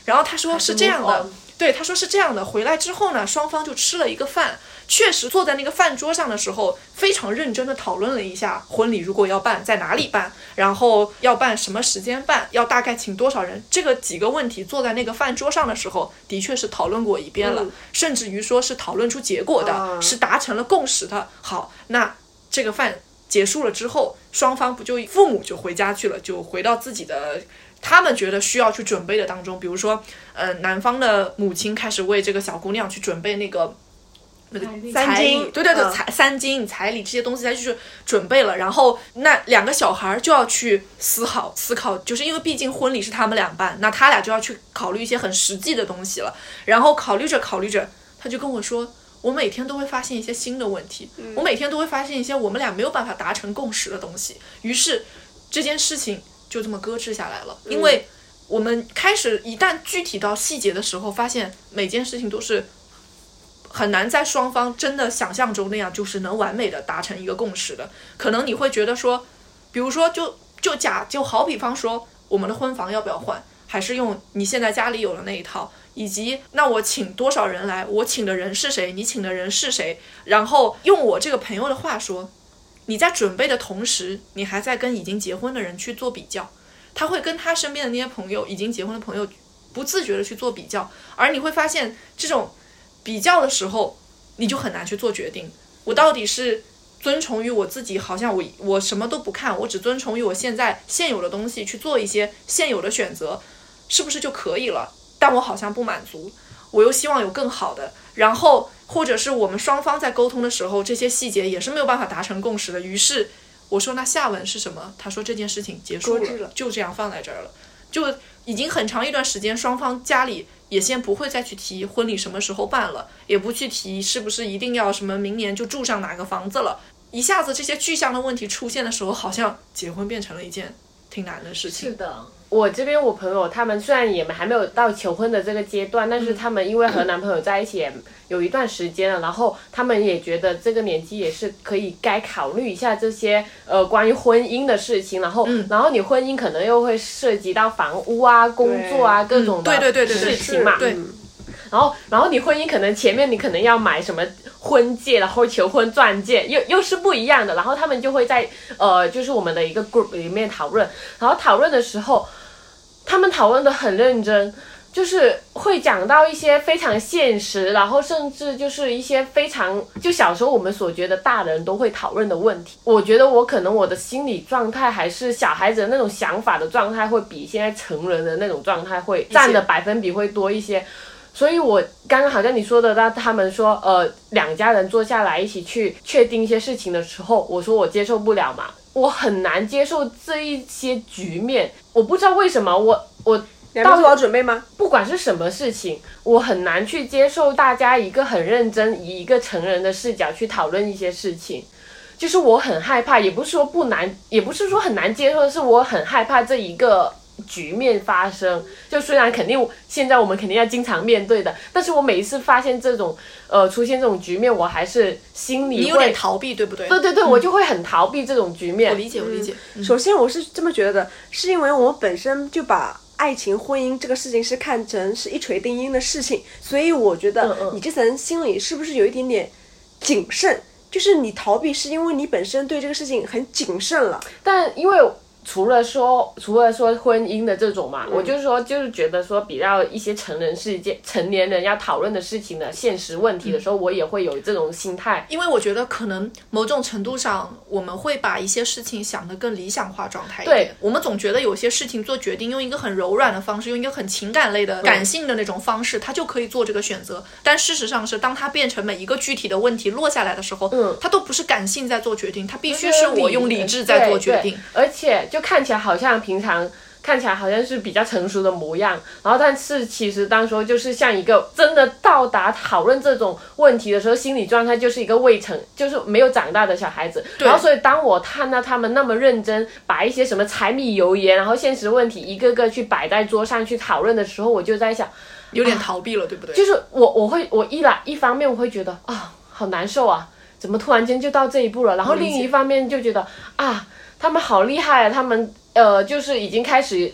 Speaker 2: 然后他说是这样的，对，他说是这样的，回来之后呢，双方就吃了一个饭，确实坐在那个饭桌上的时候，非常认真的讨论了一下婚礼如果要办在哪里办，然后要办什么时间办，要大概请多少人，这个几个问题坐在那个饭桌上的时候，的确是讨论过一遍了，
Speaker 3: 嗯、
Speaker 2: 甚至于说是讨论出结果的，
Speaker 3: 啊、
Speaker 2: 是达成了共识的。好，那这个饭结束了之后，双方不就父母就回家去了，就回到自己的他们觉得需要去准备的当中，比如说，呃，男方的母亲开始为这个小姑娘去准备那个那个彩礼，对对对，
Speaker 3: 嗯、
Speaker 2: 彩三金、彩礼这些东西，他就是准备了。然后那两个小孩就要去思考思考，就是因为毕竟婚礼是他们俩办，那他俩就要去考虑一些很实际的东西了。然后考虑着考虑着，他就跟我说，我每天都会发现一些新的问题，
Speaker 3: 嗯、
Speaker 2: 我每天都会发现一些我们俩没有办法达成共识的东西。于是这件事情就这么搁置下来了，因为我们开始一旦具体到细节的时候，发现每件事情都是很难在双方真的想象中那样就是能完美的达成一个共识的。可能你会觉得说，比如说就就假就好比方说我们的婚房要不要换，还是用你现在家里有的那一套，以及那我请多少人来，我请的人是谁，你请的人是谁，然后用我这个朋友的话说，你在准备的同时，你还在跟已经结婚的人去做比较，他会跟他身边的那些朋友已经结婚的朋友不自觉的去做比较，而你会发现这种比较的时候，你就很难去做决定。我到底是遵从于我自己，好像我我什么都不看，我只遵从于我现在现有的东西去做一些现有的选择，是不是就可以了？但我好像不满足，我又希望有更好的，然后或者是我们双方在沟通的时候，这些细节也是没有办法达成共识的。于是我说那下文是什么？他说这件事情结束 了, 了就这样放在这儿了，就已经很长一段时间，双方家里也先不会再去提婚礼什么时候办了，也不去提是不是一定要什么明年就住上哪个房子了。一下子这些具象的问题出现的时候，好像结婚变成了一件挺难的事情。
Speaker 1: 是的，我这边我朋友他们虽然也还没有到求婚的这个阶段，但是他们因为和男朋友在一起也有一段时间了，然后他们也觉得这个年纪也是可以该考虑一下这些呃关于婚姻的事情，然后、嗯、然后你婚姻可能又会涉及到房屋啊、工作啊各种的事情嘛，
Speaker 2: 对。
Speaker 1: 然后，然后你婚姻可能前面你可能要买什么婚戒，然后求婚钻戒，又又是不一样的。然后他们就会在呃，就是我们的一个 group 里面讨论。然后讨论的时候，他们讨论的很认真，就是会讲到一些非常现实，然后甚至就是一些非常就小时候我们所觉得大人都会讨论的问题。我觉得我可能我的心理状态还是小孩子的那种想法的状态，会比现在成人的那种状态会占的百分比会多一些。所以我刚刚好像你说的，那他们说呃两家人坐下来一起去确定一些事情的时候，我说我接受不了嘛，我很难接受这一些局面。我不知道为什么我我
Speaker 3: 你还没做好准备吗？
Speaker 1: 不管是什么事情，我很难去接受大家一个很认真以一个成人的视角去讨论一些事情。就是我很害怕，也不是说不难，也不是说很难接受，是我很害怕这一个局面发生。就虽然肯定现在我们肯定要经常面对的，但是我每一次发现这种呃出现这种局面，我还是心里会
Speaker 2: 你有点逃避，对不对？
Speaker 1: 对对对、
Speaker 2: 嗯、
Speaker 1: 我就会很逃避这种局面。
Speaker 2: 我理解我理解、
Speaker 3: 嗯、首先我是这么觉得的，是因为我们本身就把爱情婚姻这个事情是看成是一锤定音的事情，所以我觉得你这层心里是不是有一点点谨慎，就是你逃避是因为你本身对这个事情很谨慎了。
Speaker 1: 但因为除了说除了说婚姻的这种嘛、嗯、我就是说就是觉得说比较一些成人世界成年人要讨论的事情的现实问题的时候、嗯、我也会有这种心态。
Speaker 2: 因为我觉得可能某种程度上我们会把一些事情想得更理想化状态一点。对，我们总觉得有些事情做决定用一个很柔软的方式，用一个很情感类的感性的那种方式，它就可以做这个选择。但事实上是当它变成每一个具体的问题落下来的时候，嗯，它都不是感性在做决定，它必须是我用理智在做决定。
Speaker 1: 而且就看起来好像平常看起来好像是比较成熟的模样，然后但是其实当时候就是像一个真的到达讨论这种问题的时候，心理状态就是一个未成就是没有长大的小孩子。然后所以当我看到他们那么认真把一些什么柴米油盐然后现实问题一个个去摆在桌上去讨论的时候，我就在想
Speaker 2: 有点逃避了、啊、对不对？
Speaker 1: 就是我我会我一来一方面我会觉得啊好难受啊，怎么突然间就到这一步了，然后另一方面就觉得啊他们好厉害啊，他们呃就是已经开始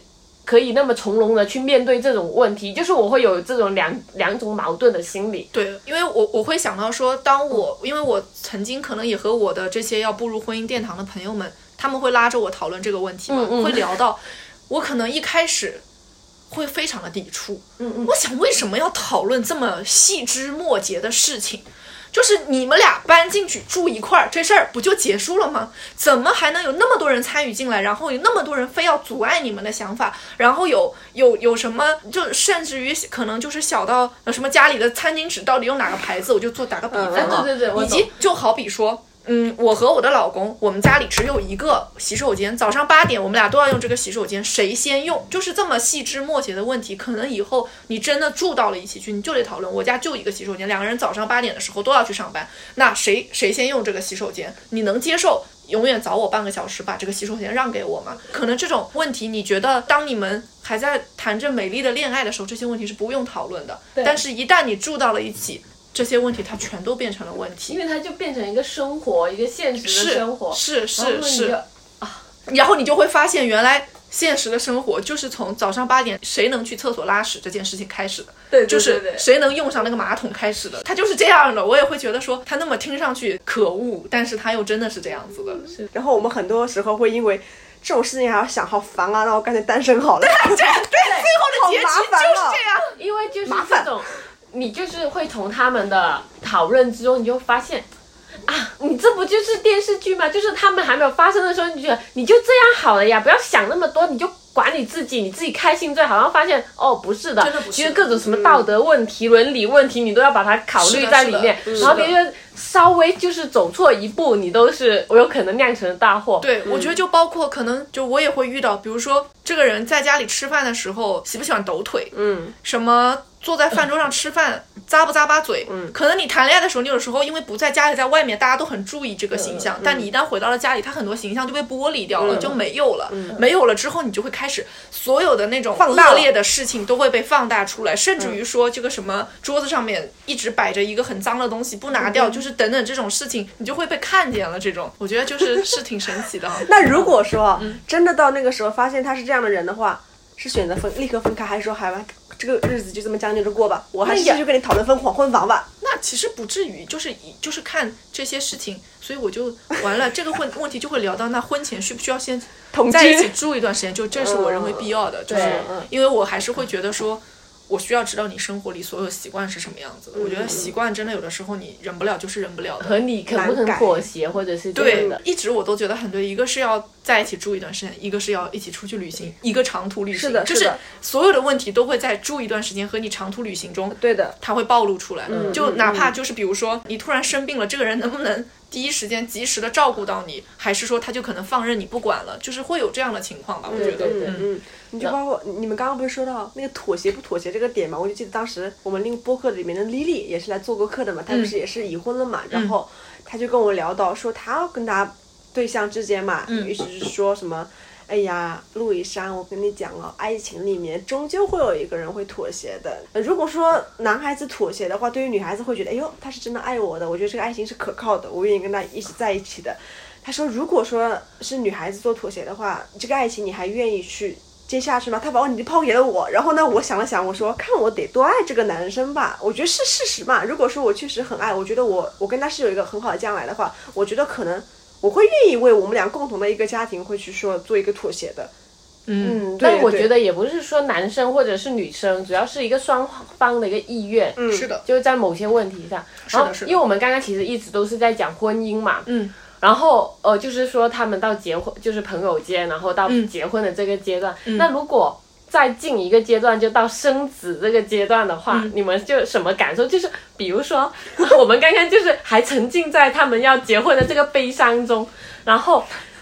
Speaker 1: 可以那么从容的去面对这种问题，就是我会有这种两两种矛盾的心理。
Speaker 2: 对，因为我我会想到说，当我因为我曾经可能也和我的这些要步入婚姻殿堂的朋友们，他们会拉着我讨论这个问题嘛，
Speaker 1: 嗯嗯
Speaker 2: 会聊到我可能一开始会非常的抵触，
Speaker 1: 嗯嗯，
Speaker 2: 我想为什么要讨论这么细枝末节的事情？就是你们俩搬进去住一块儿，这事儿不就结束了吗？怎么还能有那么多人参与进来，然后有那么多人非要阻碍你们的想法，然后有有有什么，就甚至于可能就是小到呃什么家里的餐巾纸到底用哪个牌子，我就做打个比方啊，
Speaker 1: 嗯对对对，
Speaker 2: 以及就好比说。嗯，我和我的老公，我们家里只有一个洗手间，早上八点我们俩都要用这个洗手间，谁先用？就是这么细枝末节的问题，可能以后你真的住到了一起去，你就得讨论。我家就一个洗手间，两个人早上八点的时候都要去上班，那谁谁先用这个洗手间？你能接受永远早我半个小时把这个洗手间让给我吗？可能这种问题，你觉得当你们还在谈着美丽的恋爱的时候，这些问题是不用讨论的，但是一旦你住到了一起，这些问题它全都变成了问题，
Speaker 1: 因为它就变成一个生活，一个现实的生活，
Speaker 2: 是是是是
Speaker 1: 啊，
Speaker 2: 然后你就会发现，原来现实的生活就是从早上八点谁能去厕所拉屎这件事情开始的，
Speaker 1: 对，
Speaker 2: 就是谁能用上那个马桶开始的，它就是这样的。我也会觉得说，它那么听上去可恶，但是它又真的是这样子的。
Speaker 1: 是，
Speaker 3: 然后我们很多时候会因为这种事情还要想，好烦啊，那我干脆单身好了。对
Speaker 2: 对，最后的结局就是这样，
Speaker 1: 因为就是这种。你就是会从他们的讨论之中，你就发现，啊，你这不就是电视剧吗？就是他们还没有发生的时候，你就觉得你就这样好了呀，不要想那么多，你就管你自己，你自己开心最好。然后发现哦，不是的，
Speaker 2: 真的不是，
Speaker 1: 其实各种什么道德问题、嗯、伦理问题，你都要把它考虑在里面。然后别人稍微就是走错一步，你都是我有可能酿成大祸。
Speaker 2: 对、嗯，我觉得就包括可能就我也会遇到，比如说这个人在家里吃饭的时候喜不喜欢抖腿，
Speaker 1: 嗯，
Speaker 2: 什么。坐在饭桌上吃饭，咂不咂巴嘴？
Speaker 1: 嗯，
Speaker 2: 可能你谈恋爱的时候，你有时候因为不在家里，在外面，大家都很注意这个形象。嗯、但你一旦回到了家里，他很多形象就被剥离掉了，嗯、就没有了。
Speaker 1: 嗯、
Speaker 2: 没有了之后，你就会开始所有的那种恶劣的事情都会被放大出来，甚至于说这个什么桌子上面一直摆着一个很脏的东西不拿掉，嗯、就是等等这种事情，你就会被看见了。这种我觉得就是是挺神奇的。
Speaker 3: 那如果说、嗯、真的到那个时候发现他是这样的人的话，是选择分立刻分开，还是说还玩？这个日子就这么将就着过吧，我还是继续跟你讨论分婚房吧。
Speaker 2: 那其实不至于，就是就是看这些事情，所以我就完了。这个问问题就会聊到，那婚前需不需要先在一起住一段时间？就这是我认为必要的，嗯、就是因为我还是会觉得说，我需要知道你生活里所有习惯是什么样子的。嗯、我觉得习惯真的有的时候你忍不了，就是忍不了的。
Speaker 1: 和你肯不肯妥协，或者是这样的。
Speaker 2: 对，一直我都觉得很对。一个是要在一起住一段时间，一个是要一起出去旅行，一个长途旅行。
Speaker 3: 是的，
Speaker 2: 就是所有的问题都会在住一段时间和你长途旅行中，
Speaker 3: 对的，
Speaker 2: 它会暴露出来。
Speaker 3: 嗯、
Speaker 2: 就哪怕就是比如说你突然生病了，这个人能不能第一时间及时的照顾到你，还是说他就可能放任你不管了，就是会有这样的情况吧。我觉得，
Speaker 3: 嗯嗯嗯，你就包括你们刚刚不是说到那个妥协不妥协这个点嘛？我就记得当时我们另播客里面的 Lily 也是来做过客的嘛，她不是也是已婚了嘛，嗯、然后她就跟我聊到说她跟她对象之间嘛，
Speaker 2: 嗯、
Speaker 3: 于是是说什么。哎呀，陆以山，我跟你讲哦，爱情里面终究会有一个人会妥协的。如果说男孩子妥协的话，对于女孩子会觉得，哎呦，他是真的爱我的，我觉得这个爱情是可靠的，我愿意跟他一起在一起的。他说，如果说是女孩子做妥协的话，这个爱情你还愿意去接下去吗？他把你抛给了我，然后呢，我想了想，我说，看我得多爱这个男生吧。我觉得是事实嘛。如果说我确实很爱，我觉得我我跟他是有一个很好的将来的话，我觉得可能。我会愿意为我们俩共同的一个家庭会去说做一个妥协的，
Speaker 2: 嗯，
Speaker 1: 但我觉得也不是说男生或者是女生，主要是一个双方的一个意愿，
Speaker 2: 嗯，是的，
Speaker 1: 就是在某些问题上，
Speaker 2: 是的，是的，
Speaker 1: 因为我们刚刚其实一直都是在讲婚姻嘛，
Speaker 2: 嗯，
Speaker 1: 然后呃，就是说他们到结婚就是朋友间，然后到结婚的这个阶段，
Speaker 2: 嗯、
Speaker 1: 那如果再进一个阶段，就到生子这个阶段的话，
Speaker 2: 嗯、
Speaker 1: 你们就什么感受？就是比如说，我们刚刚就是还沉浸在他们要结婚的这个悲伤中，然后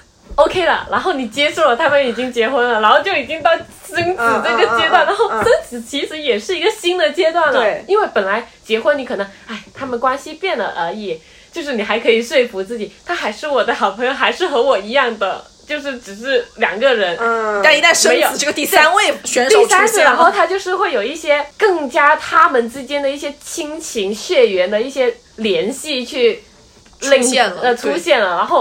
Speaker 1: OK 了，然后你接受了他们已经结婚了，然后就已经到生子这个阶段，
Speaker 3: 嗯、
Speaker 1: 然后生子其实也是一个新的阶段了，
Speaker 3: 对，
Speaker 1: 因为本来结婚你可能哎他们关系变了而已，就是你还可以说服自己，他还是我的好朋友，还是和我一样的。就是只是两个人，
Speaker 3: 嗯，
Speaker 2: 但一旦生子这个第三位选手出现了，
Speaker 1: 第三者，然后他就是会有一些更加他们之间的一些亲情血缘的一些联系去
Speaker 2: 出现了，
Speaker 1: 呃出现了，然后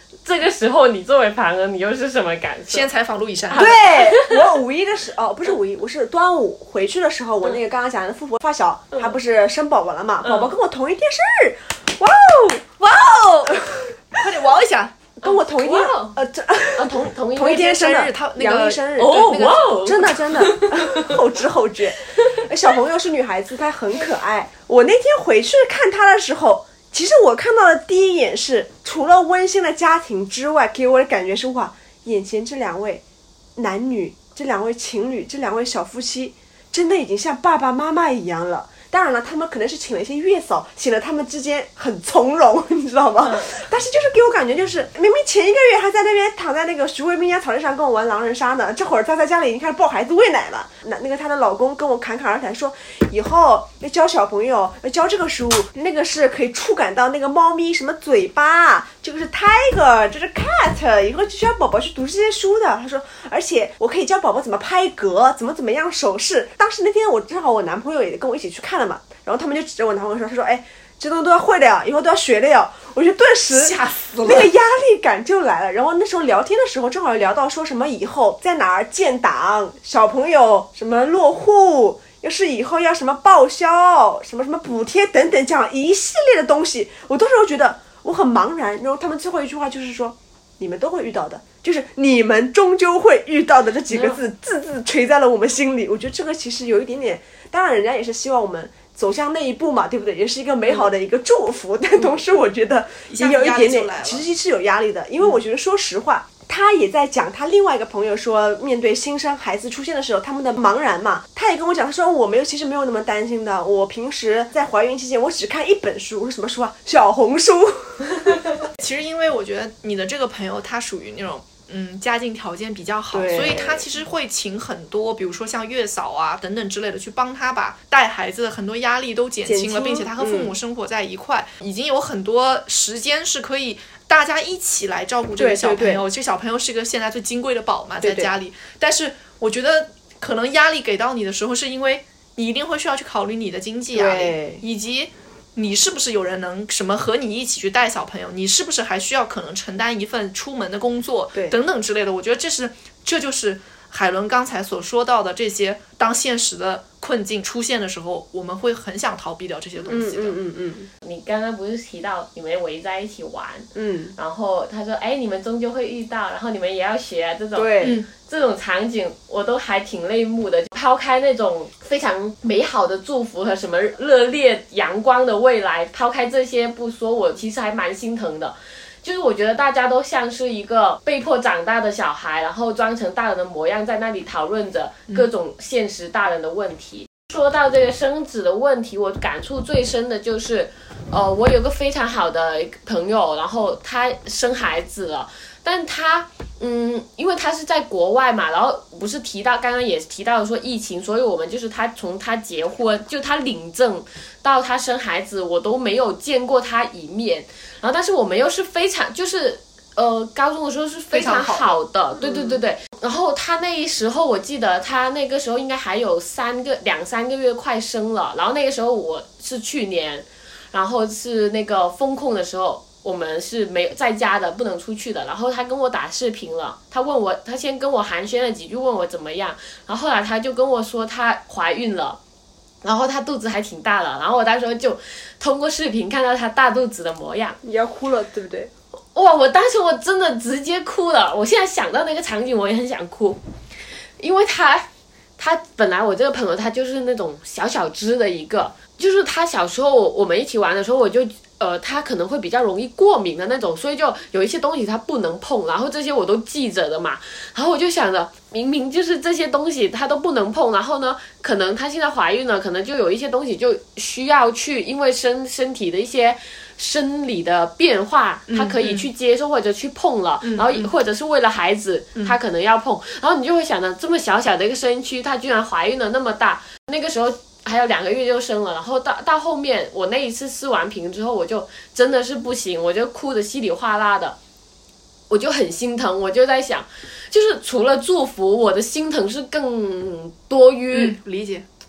Speaker 1: 这个时候你作为旁人，你又是什么感受？
Speaker 2: 先采访陆以山。
Speaker 3: 对，我五一的时候，哦，不是五一，我是端午回去的时候，我那个刚刚讲的富婆发小，
Speaker 1: 嗯、
Speaker 3: 她不是生宝宝了嘛？
Speaker 1: 嗯、
Speaker 3: 宝宝跟我同一天生日，哇哦哇哦，
Speaker 2: 快点wow一下。
Speaker 3: 跟我同一天，
Speaker 1: 哦、
Speaker 3: 呃，这
Speaker 1: 啊同同一
Speaker 3: 同一天生
Speaker 2: 日，他那个
Speaker 3: 阳历生日，
Speaker 1: 哦，
Speaker 3: 那个、
Speaker 1: 哇哦，
Speaker 3: 真的真的后知后觉。小朋友是女孩子，她很可爱。我那天回去看她的时候，其实我看到的第一眼是，除了温馨的家庭之外，给我的感觉是哇，眼前这两位男女，这两位情侣，这两位小夫妻，真的已经像爸爸妈妈一样了。当然了，他们可能是请了一些月嫂，显得他们之间很从容，你知道吗？嗯、但是就是给我感觉就是，明明前一个月还在那边躺在那个徐汇滨江草地上跟我玩狼人杀呢，这会儿他在家里已经开始抱孩子喂奶了。那那个她的老公跟我侃侃而谈说，以后要教小朋友要教这个书，那个是可以触感到那个猫咪什么嘴巴，这个是 tiger， 这是 cat， 以后就需要宝宝去读这些书的。他说，而且我可以教宝宝怎么拍嗝，怎么怎么样手势。当时那天我正好我男朋友也跟我一起去看了嘛，然后他们就指着我男朋友说，他说，哎，这东西都要会的呀，以后都要学的呀。我就顿时
Speaker 2: 吓死了，
Speaker 3: 那个压力感就来了。然后那时候聊天的时候，正好聊到说什么以后在哪儿建档，小朋友什么落户，要是以后要什么报销，什么什么补贴等等，讲一系列的东西。我当时就觉得我很茫然。然后他们最后一句话就是说，你们都会遇到的，就是你们终究会遇到的这几个字，字字垂在了我们心里。我觉得这个其实有一点点，当然人家也是希望我们走向那一步嘛，对不对？也是一个美好的一个祝福，但同时我觉得也有一点点，其实是有压力的，因为我觉得说实话，他也在讲他另外一个朋友说，面对新生孩子出现的时候，他们的茫然嘛，他也跟我讲，他说我没有，其实没有那么担心的，我平时在怀孕期间，我只看一本书，我说什么书啊？小红书。
Speaker 2: 其实因为我觉得你的这个朋友他属于那种。嗯，家境条件比较好，所以他其实会请很多，比如说像月嫂啊等等之类的，去帮他把带孩子的很多压力都减轻了，并且他和父母生活在一块，嗯、已经有很多时间是可以大家一起来照顾这个小朋友。这小朋友是个现在最金贵的宝嘛，在家里。对对，但是我觉得可能压力给到你的时候，是因为你一定会需要去考虑你的经济压力，以及。你是不是有人能什么和你一起去带小朋友？你是不是还需要可能承担一份出门的工作，等等之类的？我觉得这是，这就是海伦刚才所说到的这些，当现实的困境出现的时候，我们会很想逃避掉这些东西的。
Speaker 3: 嗯嗯嗯嗯。
Speaker 1: 你刚刚不是提到你们围在一起玩，
Speaker 3: 嗯，
Speaker 1: 然后他说，哎，你们终究会遇到，然后你们也要学啊，这种，
Speaker 3: 对。
Speaker 1: 嗯这种场景我都还挺泪目的，抛开那种非常美好的祝福和什么热烈阳光的未来，抛开这些不说，我其实还蛮心疼的。就是我觉得大家都像是一个被迫长大的小孩，然后装成大人的模样，在那里讨论着各种现实大人的问题。嗯、说到这个生子的问题，我感触最深的就是，呃，我有个非常好的朋友，然后他生孩子了。但他，嗯，因为他是在国外嘛，然后不是提到刚刚也提到说疫情，所以我们就是他从他结婚，就他领证到他生孩子，我都没有见过他一面。然后，但是我们又是非常，就是呃，高中的时候是非常好的，对对对对。嗯、然后他那时候，我记得他那个时候应该还有三个两三个月快生了。然后那个时候我是去年，然后是那个封控的时候。我们是没有在家的，不能出去的。然后他跟我打视频了，他问我，他先跟我寒暄了几句，问我怎么样。然后后来他就跟我说她怀孕了，然后她肚子还挺大的。然后我当时就通过视频看到她大肚子的模样，
Speaker 3: 你要哭了，对不对？
Speaker 1: 哇！我当时我真的直接哭了。我现在想到那个场景，我也很想哭，因为他，他本来我这个朋友他就是那种小小只的一个，就是他小时候我们一起玩的时候，我就。呃，他可能会比较容易过敏的那种，所以就有一些东西他不能碰，然后这些我都记着的嘛。然后我就想着，明明就是这些东西他都不能碰，然后呢，可能他现在怀孕了，可能就有一些东西就需要去，因为身身体的一些生理的变化，他可以去接受或者去碰了，
Speaker 2: 嗯、
Speaker 1: 然后或者是为了孩子，嗯、他可能要碰，然后你就会想着，这么小小的一个身躯，他居然怀孕了那么大，那个时候。还有两个月就生了，然后到到后面我那一次撕完屏之后，我就真的是不行，我就哭得稀里哗啦的，我就很心疼，我就在想，就是除了祝福，我的心疼是更多于、
Speaker 2: 嗯、理解，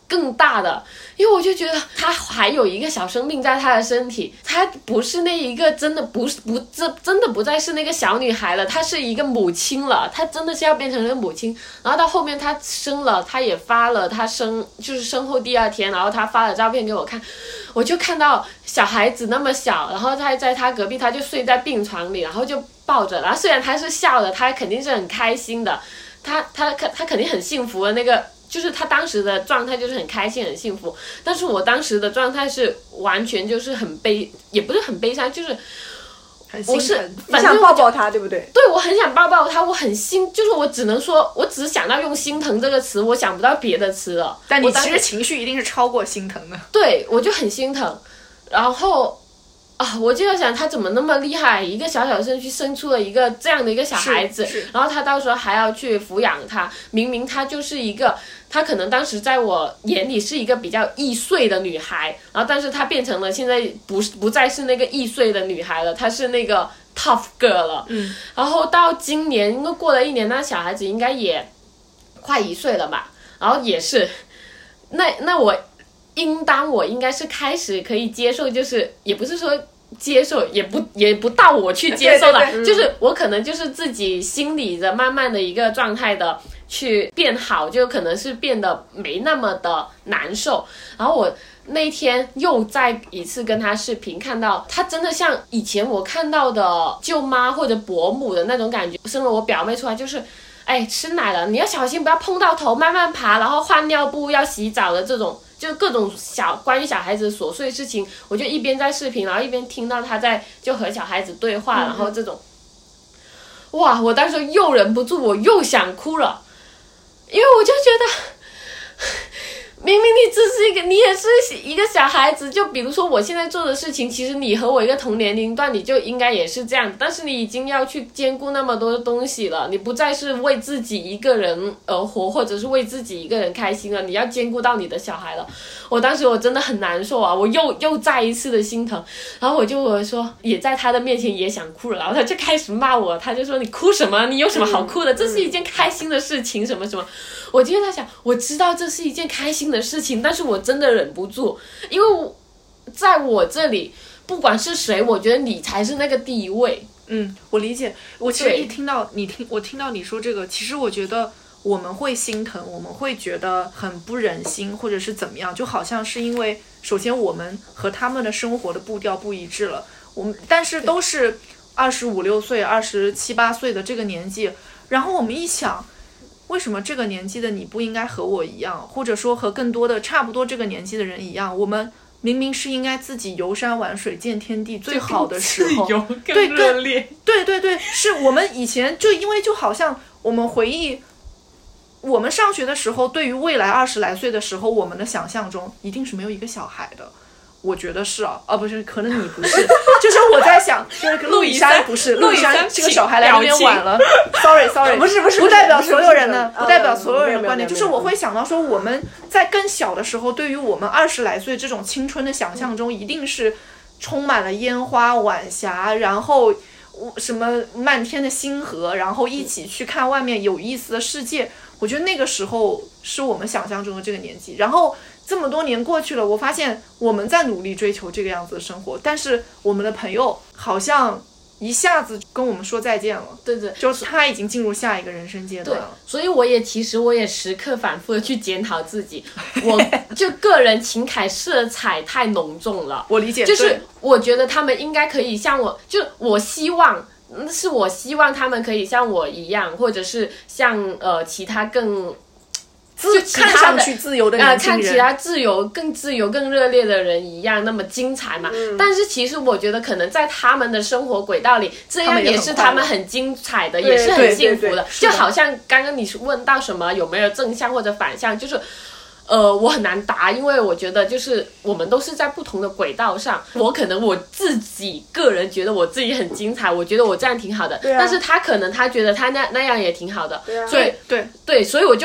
Speaker 1: 更大的，因为我就觉得他还有一个小生命在他的身体，他不是那一个真的不是不这真的不再是那个小女孩了，她是一个母亲了，她真的是要变成一个母亲。然后到后面她生了，她也发了她生就是生后第二天，然后她发了照片给我看，我就看到小孩子那么小，然后他在他隔壁，他就睡在病床里，然后就抱着，然后虽然他是笑的，他肯定是很开心的，他他他肯定很幸福的那个。就是他当时的状态就是很开心很幸福，但是我当时的状态是完全就是很悲，也不是很悲伤，就是
Speaker 2: 很心疼，
Speaker 1: 我是
Speaker 3: 你想抱抱他对不对？
Speaker 1: 对，我很想抱抱他，我很心，就是我只能说我只想到用心疼这个词，我想不到别的词了。
Speaker 2: 但你其实情绪一定是超过心疼的。
Speaker 1: 对，我就很心疼，然后啊，我就在想他怎么那么厉害，一个小小的身躯生出了一个这样的一个小孩子，然后他到时候还要去抚养他，明明他就是一个，他可能当时在我眼里是一个比较易碎的女孩，然后但是他变成了现在不是不再是那个易碎的女孩了，她是那个 tough girl 了。
Speaker 2: 嗯，
Speaker 1: 然后到今年应该过了一年，那小孩子应该也快一岁了吧，然后也是，那那我。应当我应该是开始可以接受，就是也不是说接受，也不也不到我去接受了，
Speaker 3: 对对对
Speaker 1: 就是我可能就是自己心里的慢慢的一个状态的去变好，就可能是变得没那么的难受。然后我那天又再一次跟他视频，看到他真的像以前我看到的舅妈或者伯母的那种感觉，生了我表妹出来就是哎吃奶了你要小心不要碰到头，慢慢爬，然后换尿布要洗澡的这种，就各种小关于小孩子琐碎事情，我就一边在视频，然后一边听到他在就和小孩子对话，然后这种，哇，我当时又忍不住，我又想哭了，因为我就觉得明明你只是一个，你也是一个小孩子，就比如说我现在做的事情，其实你和我一个同年龄段，你就应该也是这样，但是你已经要去兼顾那么多的东西了，你不再是为自己一个人而活，或者是为自己一个人开心了，你要兼顾到你的小孩了。我当时我真的很难受啊，我又又再一次的心疼，然后我就我说也在他的面前也想哭了，然后他就开始骂我，他就说你哭什么，你有什么好哭的，这是一件开心的事情什么什么。我就在想，我知道这是一件开心的事情，但是我真的忍不住，因为我在我这里不管是谁，我觉得你才是那个第一位。
Speaker 2: 嗯，我理解。我其实一听到你听我听到你说这个，其实我觉得我们会心疼，我们会觉得很不忍心，或者是怎么样，就好像是因为首先我们和他们的生活的步调不一致了，我们但是都是二十五六岁、二十七八岁的这个年纪，然后我们一想，为什么这个年纪的你不应该和我一样，或者说和更多的差不多这个年纪的人一样？我们明明是应该自己游山玩水、见天地最好的时候，
Speaker 1: 对，更热烈。
Speaker 2: 对对对，是我们以前就因为就好像我们回忆，我们上学的时候，对于未来二十来岁的时候，我们的想象中一定是没有一个小孩的。我觉得是啊，啊不是，可能你不是，就是我在想，就是陆以山不是，陆以山这个小孩来有点晚了 ，sorry sorry，
Speaker 3: 不是不是，
Speaker 2: 不代表所有人的，不代表所有人的观点，
Speaker 3: 嗯、
Speaker 2: 就是我会想到说，我们在更小的时候，对于我们二十来岁这种青春的想象中，一定是充满了烟花晚霞，然后什么漫天的星河，然后一起去看外面有意思的世界。我觉得那个时候是我们想象中的这个年纪，然后这么多年过去了，我发现我们在努力追求这个样子的生活，但是我们的朋友好像一下子跟我们说再见了。
Speaker 1: 对对，
Speaker 2: 就是他已经进入下一个人生阶段了。
Speaker 1: 所以我也其实我也时刻反复的去检讨自己，我就个人情感色彩太浓重了。
Speaker 2: 我理解，
Speaker 1: 就是我觉得他们应该可以像我，就我希望。是我希望他们可以像我一样，或者是像呃其他更
Speaker 2: 自看上去自由的年轻人、
Speaker 1: 呃、看其他自由更自由更热烈的人一样那么精彩嘛、嗯、但是其实我觉得可能在他们的生活轨道里，这样也是他们很精彩的，也是很幸福的。就好像刚刚你问到什么有没有正向或者反向，就是呃，我很难答，因为我觉得就是我们都是在不同的轨道上。我可能我自己个人觉得我自己很精彩，我觉得我这样挺好的，
Speaker 3: 对啊、
Speaker 1: 但是他可能他觉得他那那样也挺好的，
Speaker 3: 对啊、
Speaker 1: 所以
Speaker 2: 对
Speaker 1: 对，所以我就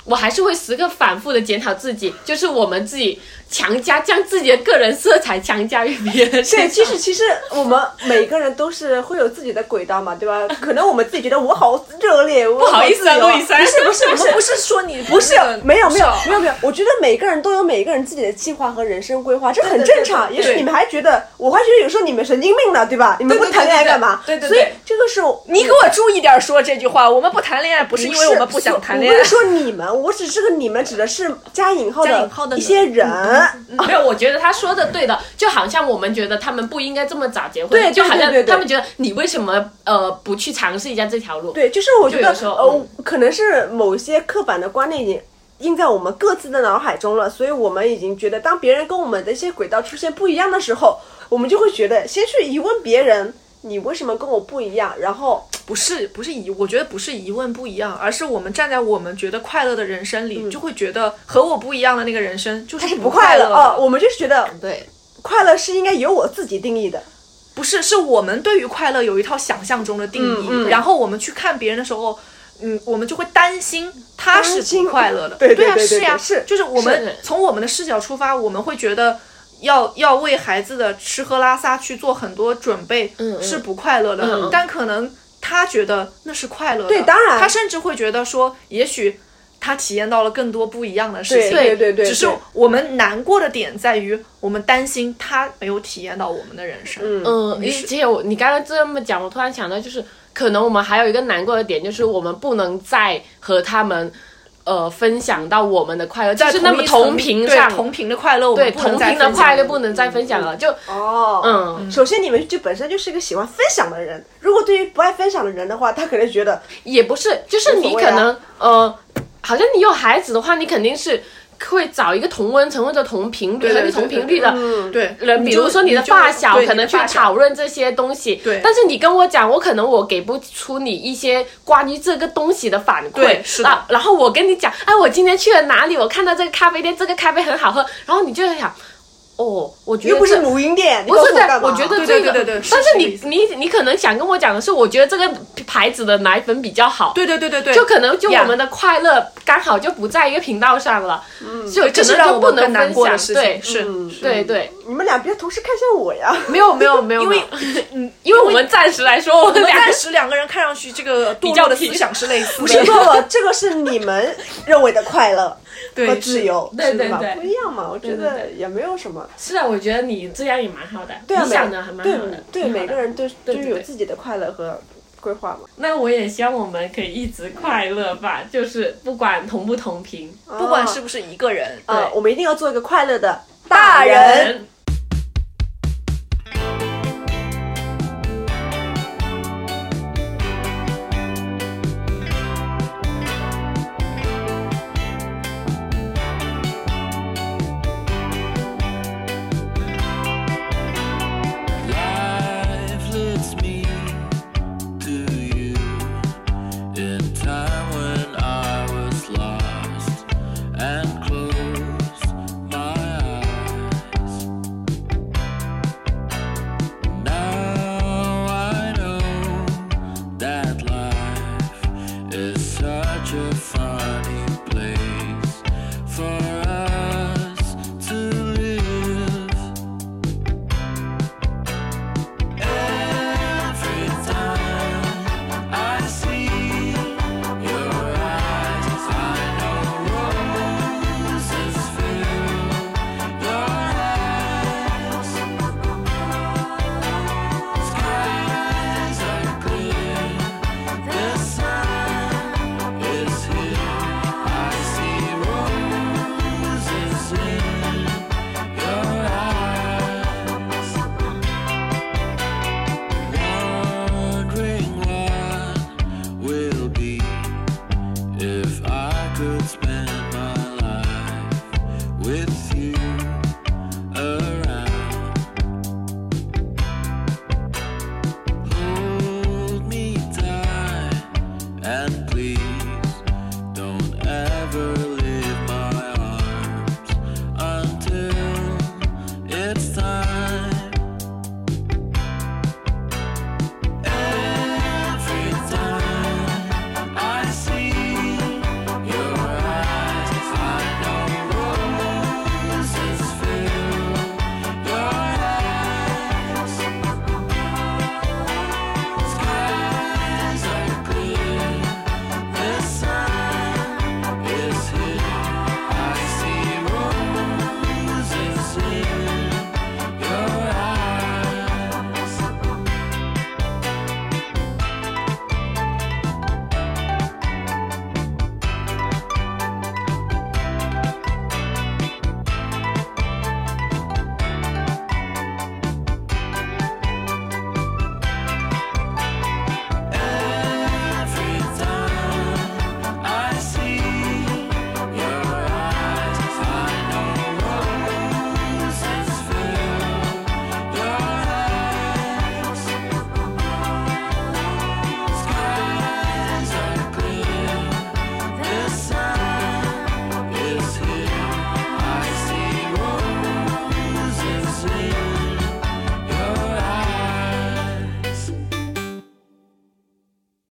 Speaker 1: 我还是会时刻反复的检讨自己，就是我们自己强加将自己的个人色彩强加于别人身上。
Speaker 3: 对，其实其实我们每个人都是会有自己的轨道嘛，对吧？可能我们自己觉得我好热烈，我
Speaker 1: 不好意思啊，
Speaker 3: 路
Speaker 1: 路易莎，
Speaker 3: 不是不是不是
Speaker 2: 不是说你
Speaker 3: 不是没有没有没有没有，我觉得每个人都有每个人自己的计划和人生规划，这很正常。
Speaker 2: 对对对对
Speaker 3: 也许你们还觉得，我还觉得有时候你们神经病呢，对吧？你们不谈恋爱干嘛？
Speaker 2: 对对对
Speaker 3: 所以这个是
Speaker 2: 你给我注意点说这句话，我们不谈恋爱不是因为我们不想谈恋爱。
Speaker 3: 我不是说你们，我只是个你们指的是加引号
Speaker 2: 加引号的
Speaker 3: 一些人。
Speaker 1: 没有，我觉得他说的对的，就好像我们觉得他们不应该这么早结婚，
Speaker 3: 对对
Speaker 1: 就好像
Speaker 3: 对对对
Speaker 1: 他们觉得你为什么呃不去尝试一下这条路？
Speaker 3: 对，就是我觉得
Speaker 1: 就有时候
Speaker 3: 呃，可能是某些刻板的观念已经印在我们各自的脑海中了，所以我们已经觉得，当别人跟我们的一些轨道出现不一样的时候，我们就会觉得先去疑问别人，你为什么跟我不一样？然后
Speaker 2: 不是不是疑，我觉得不是疑问不一样，而是我们站在我们觉得快乐的人生里，嗯、就会觉得和我不一样的那个人生就是
Speaker 3: 他是
Speaker 2: 不
Speaker 3: 快
Speaker 2: 乐的。
Speaker 3: 哦，我们就是觉得
Speaker 1: 对，
Speaker 3: 快乐是应该由我自己定义的。
Speaker 2: 不是，是我们对于快乐有一套想象中的定义，
Speaker 3: 嗯嗯、
Speaker 2: 然后我们去看别人的时候，嗯，我们就会担心他是不快乐的。
Speaker 3: 对对对对
Speaker 2: 对啊，是呀，
Speaker 3: 是，
Speaker 2: 就是我们从我们的视角出发，我们会觉得要要为孩子的吃喝拉撒去做很多准备，
Speaker 1: 嗯嗯
Speaker 2: 是不快乐的，
Speaker 1: 嗯
Speaker 2: 但可能他觉得那是快乐的。
Speaker 3: 对，当然，
Speaker 2: 他甚至会觉得说，也许他体验到了更多不一样的事情。
Speaker 3: 对对对对，
Speaker 2: 只是我们难过的点在于，我们担心他没有体验到我们的人生。
Speaker 3: 嗯
Speaker 1: 嗯，而且我你刚才这么讲，我突然想到，就是可能我们还有一个难过的点，就是我们不能再和他们呃分享到我们的快乐，就是那么同频上
Speaker 2: 同频的快乐，我们
Speaker 1: 对同频的快乐不能再分享了。就
Speaker 3: 哦，
Speaker 1: 嗯，
Speaker 3: 首先你们就本身就是一个喜欢分享的人，如果对于不爱分享的人的话，他可能觉得
Speaker 1: 也不是，就是你可能、啊、呃，好像你有孩子的话，你肯定是会找一个同温层或者同频率和你同频率的人，比如说你的发小，可能去讨论这些东西。
Speaker 2: 对，
Speaker 1: 但是你跟我讲，我可能我给不出你一些关于这个东西的反馈。
Speaker 2: 对，是的。
Speaker 1: 啊、然后我跟你讲，哎，我今天去了哪里？我看到这个咖啡店，这个咖啡很好喝。然后你就会想。哦，我觉得
Speaker 3: 又不是母婴店，
Speaker 1: 不是的，我觉得这个，
Speaker 2: 对对对对，
Speaker 1: 但是你你你可能想跟我讲的是，我觉得这个牌子的奶粉比较好，
Speaker 2: 对对对对对，
Speaker 1: 就可能就我们的快乐刚好就不在一个频道上了，嗯，就可能就不能分享，对，
Speaker 2: 是，
Speaker 1: 对对，
Speaker 3: 你们俩别同时看向我呀，
Speaker 1: 没有没有没有，
Speaker 2: 因为
Speaker 1: 嗯，因为我们暂时来说，我们
Speaker 2: 暂时两个人看上去这个堕落的思想是类似的，
Speaker 3: 不是堕落，这个是你们认为的快乐。和自由，
Speaker 1: 对对对，
Speaker 3: 不一样嘛，我觉得也没有什么。
Speaker 1: 是啊，我觉得你这样也蛮好的，
Speaker 3: 对啊，
Speaker 1: 你想的还蛮好的。
Speaker 3: 对，每个人都就是有自己的快乐和规划嘛。
Speaker 1: 那我也希望我们可以一直快乐吧，就是不管同不同频，
Speaker 2: 不管是不是一个人，
Speaker 3: 对，我们一定要做一个快乐的
Speaker 2: 大人。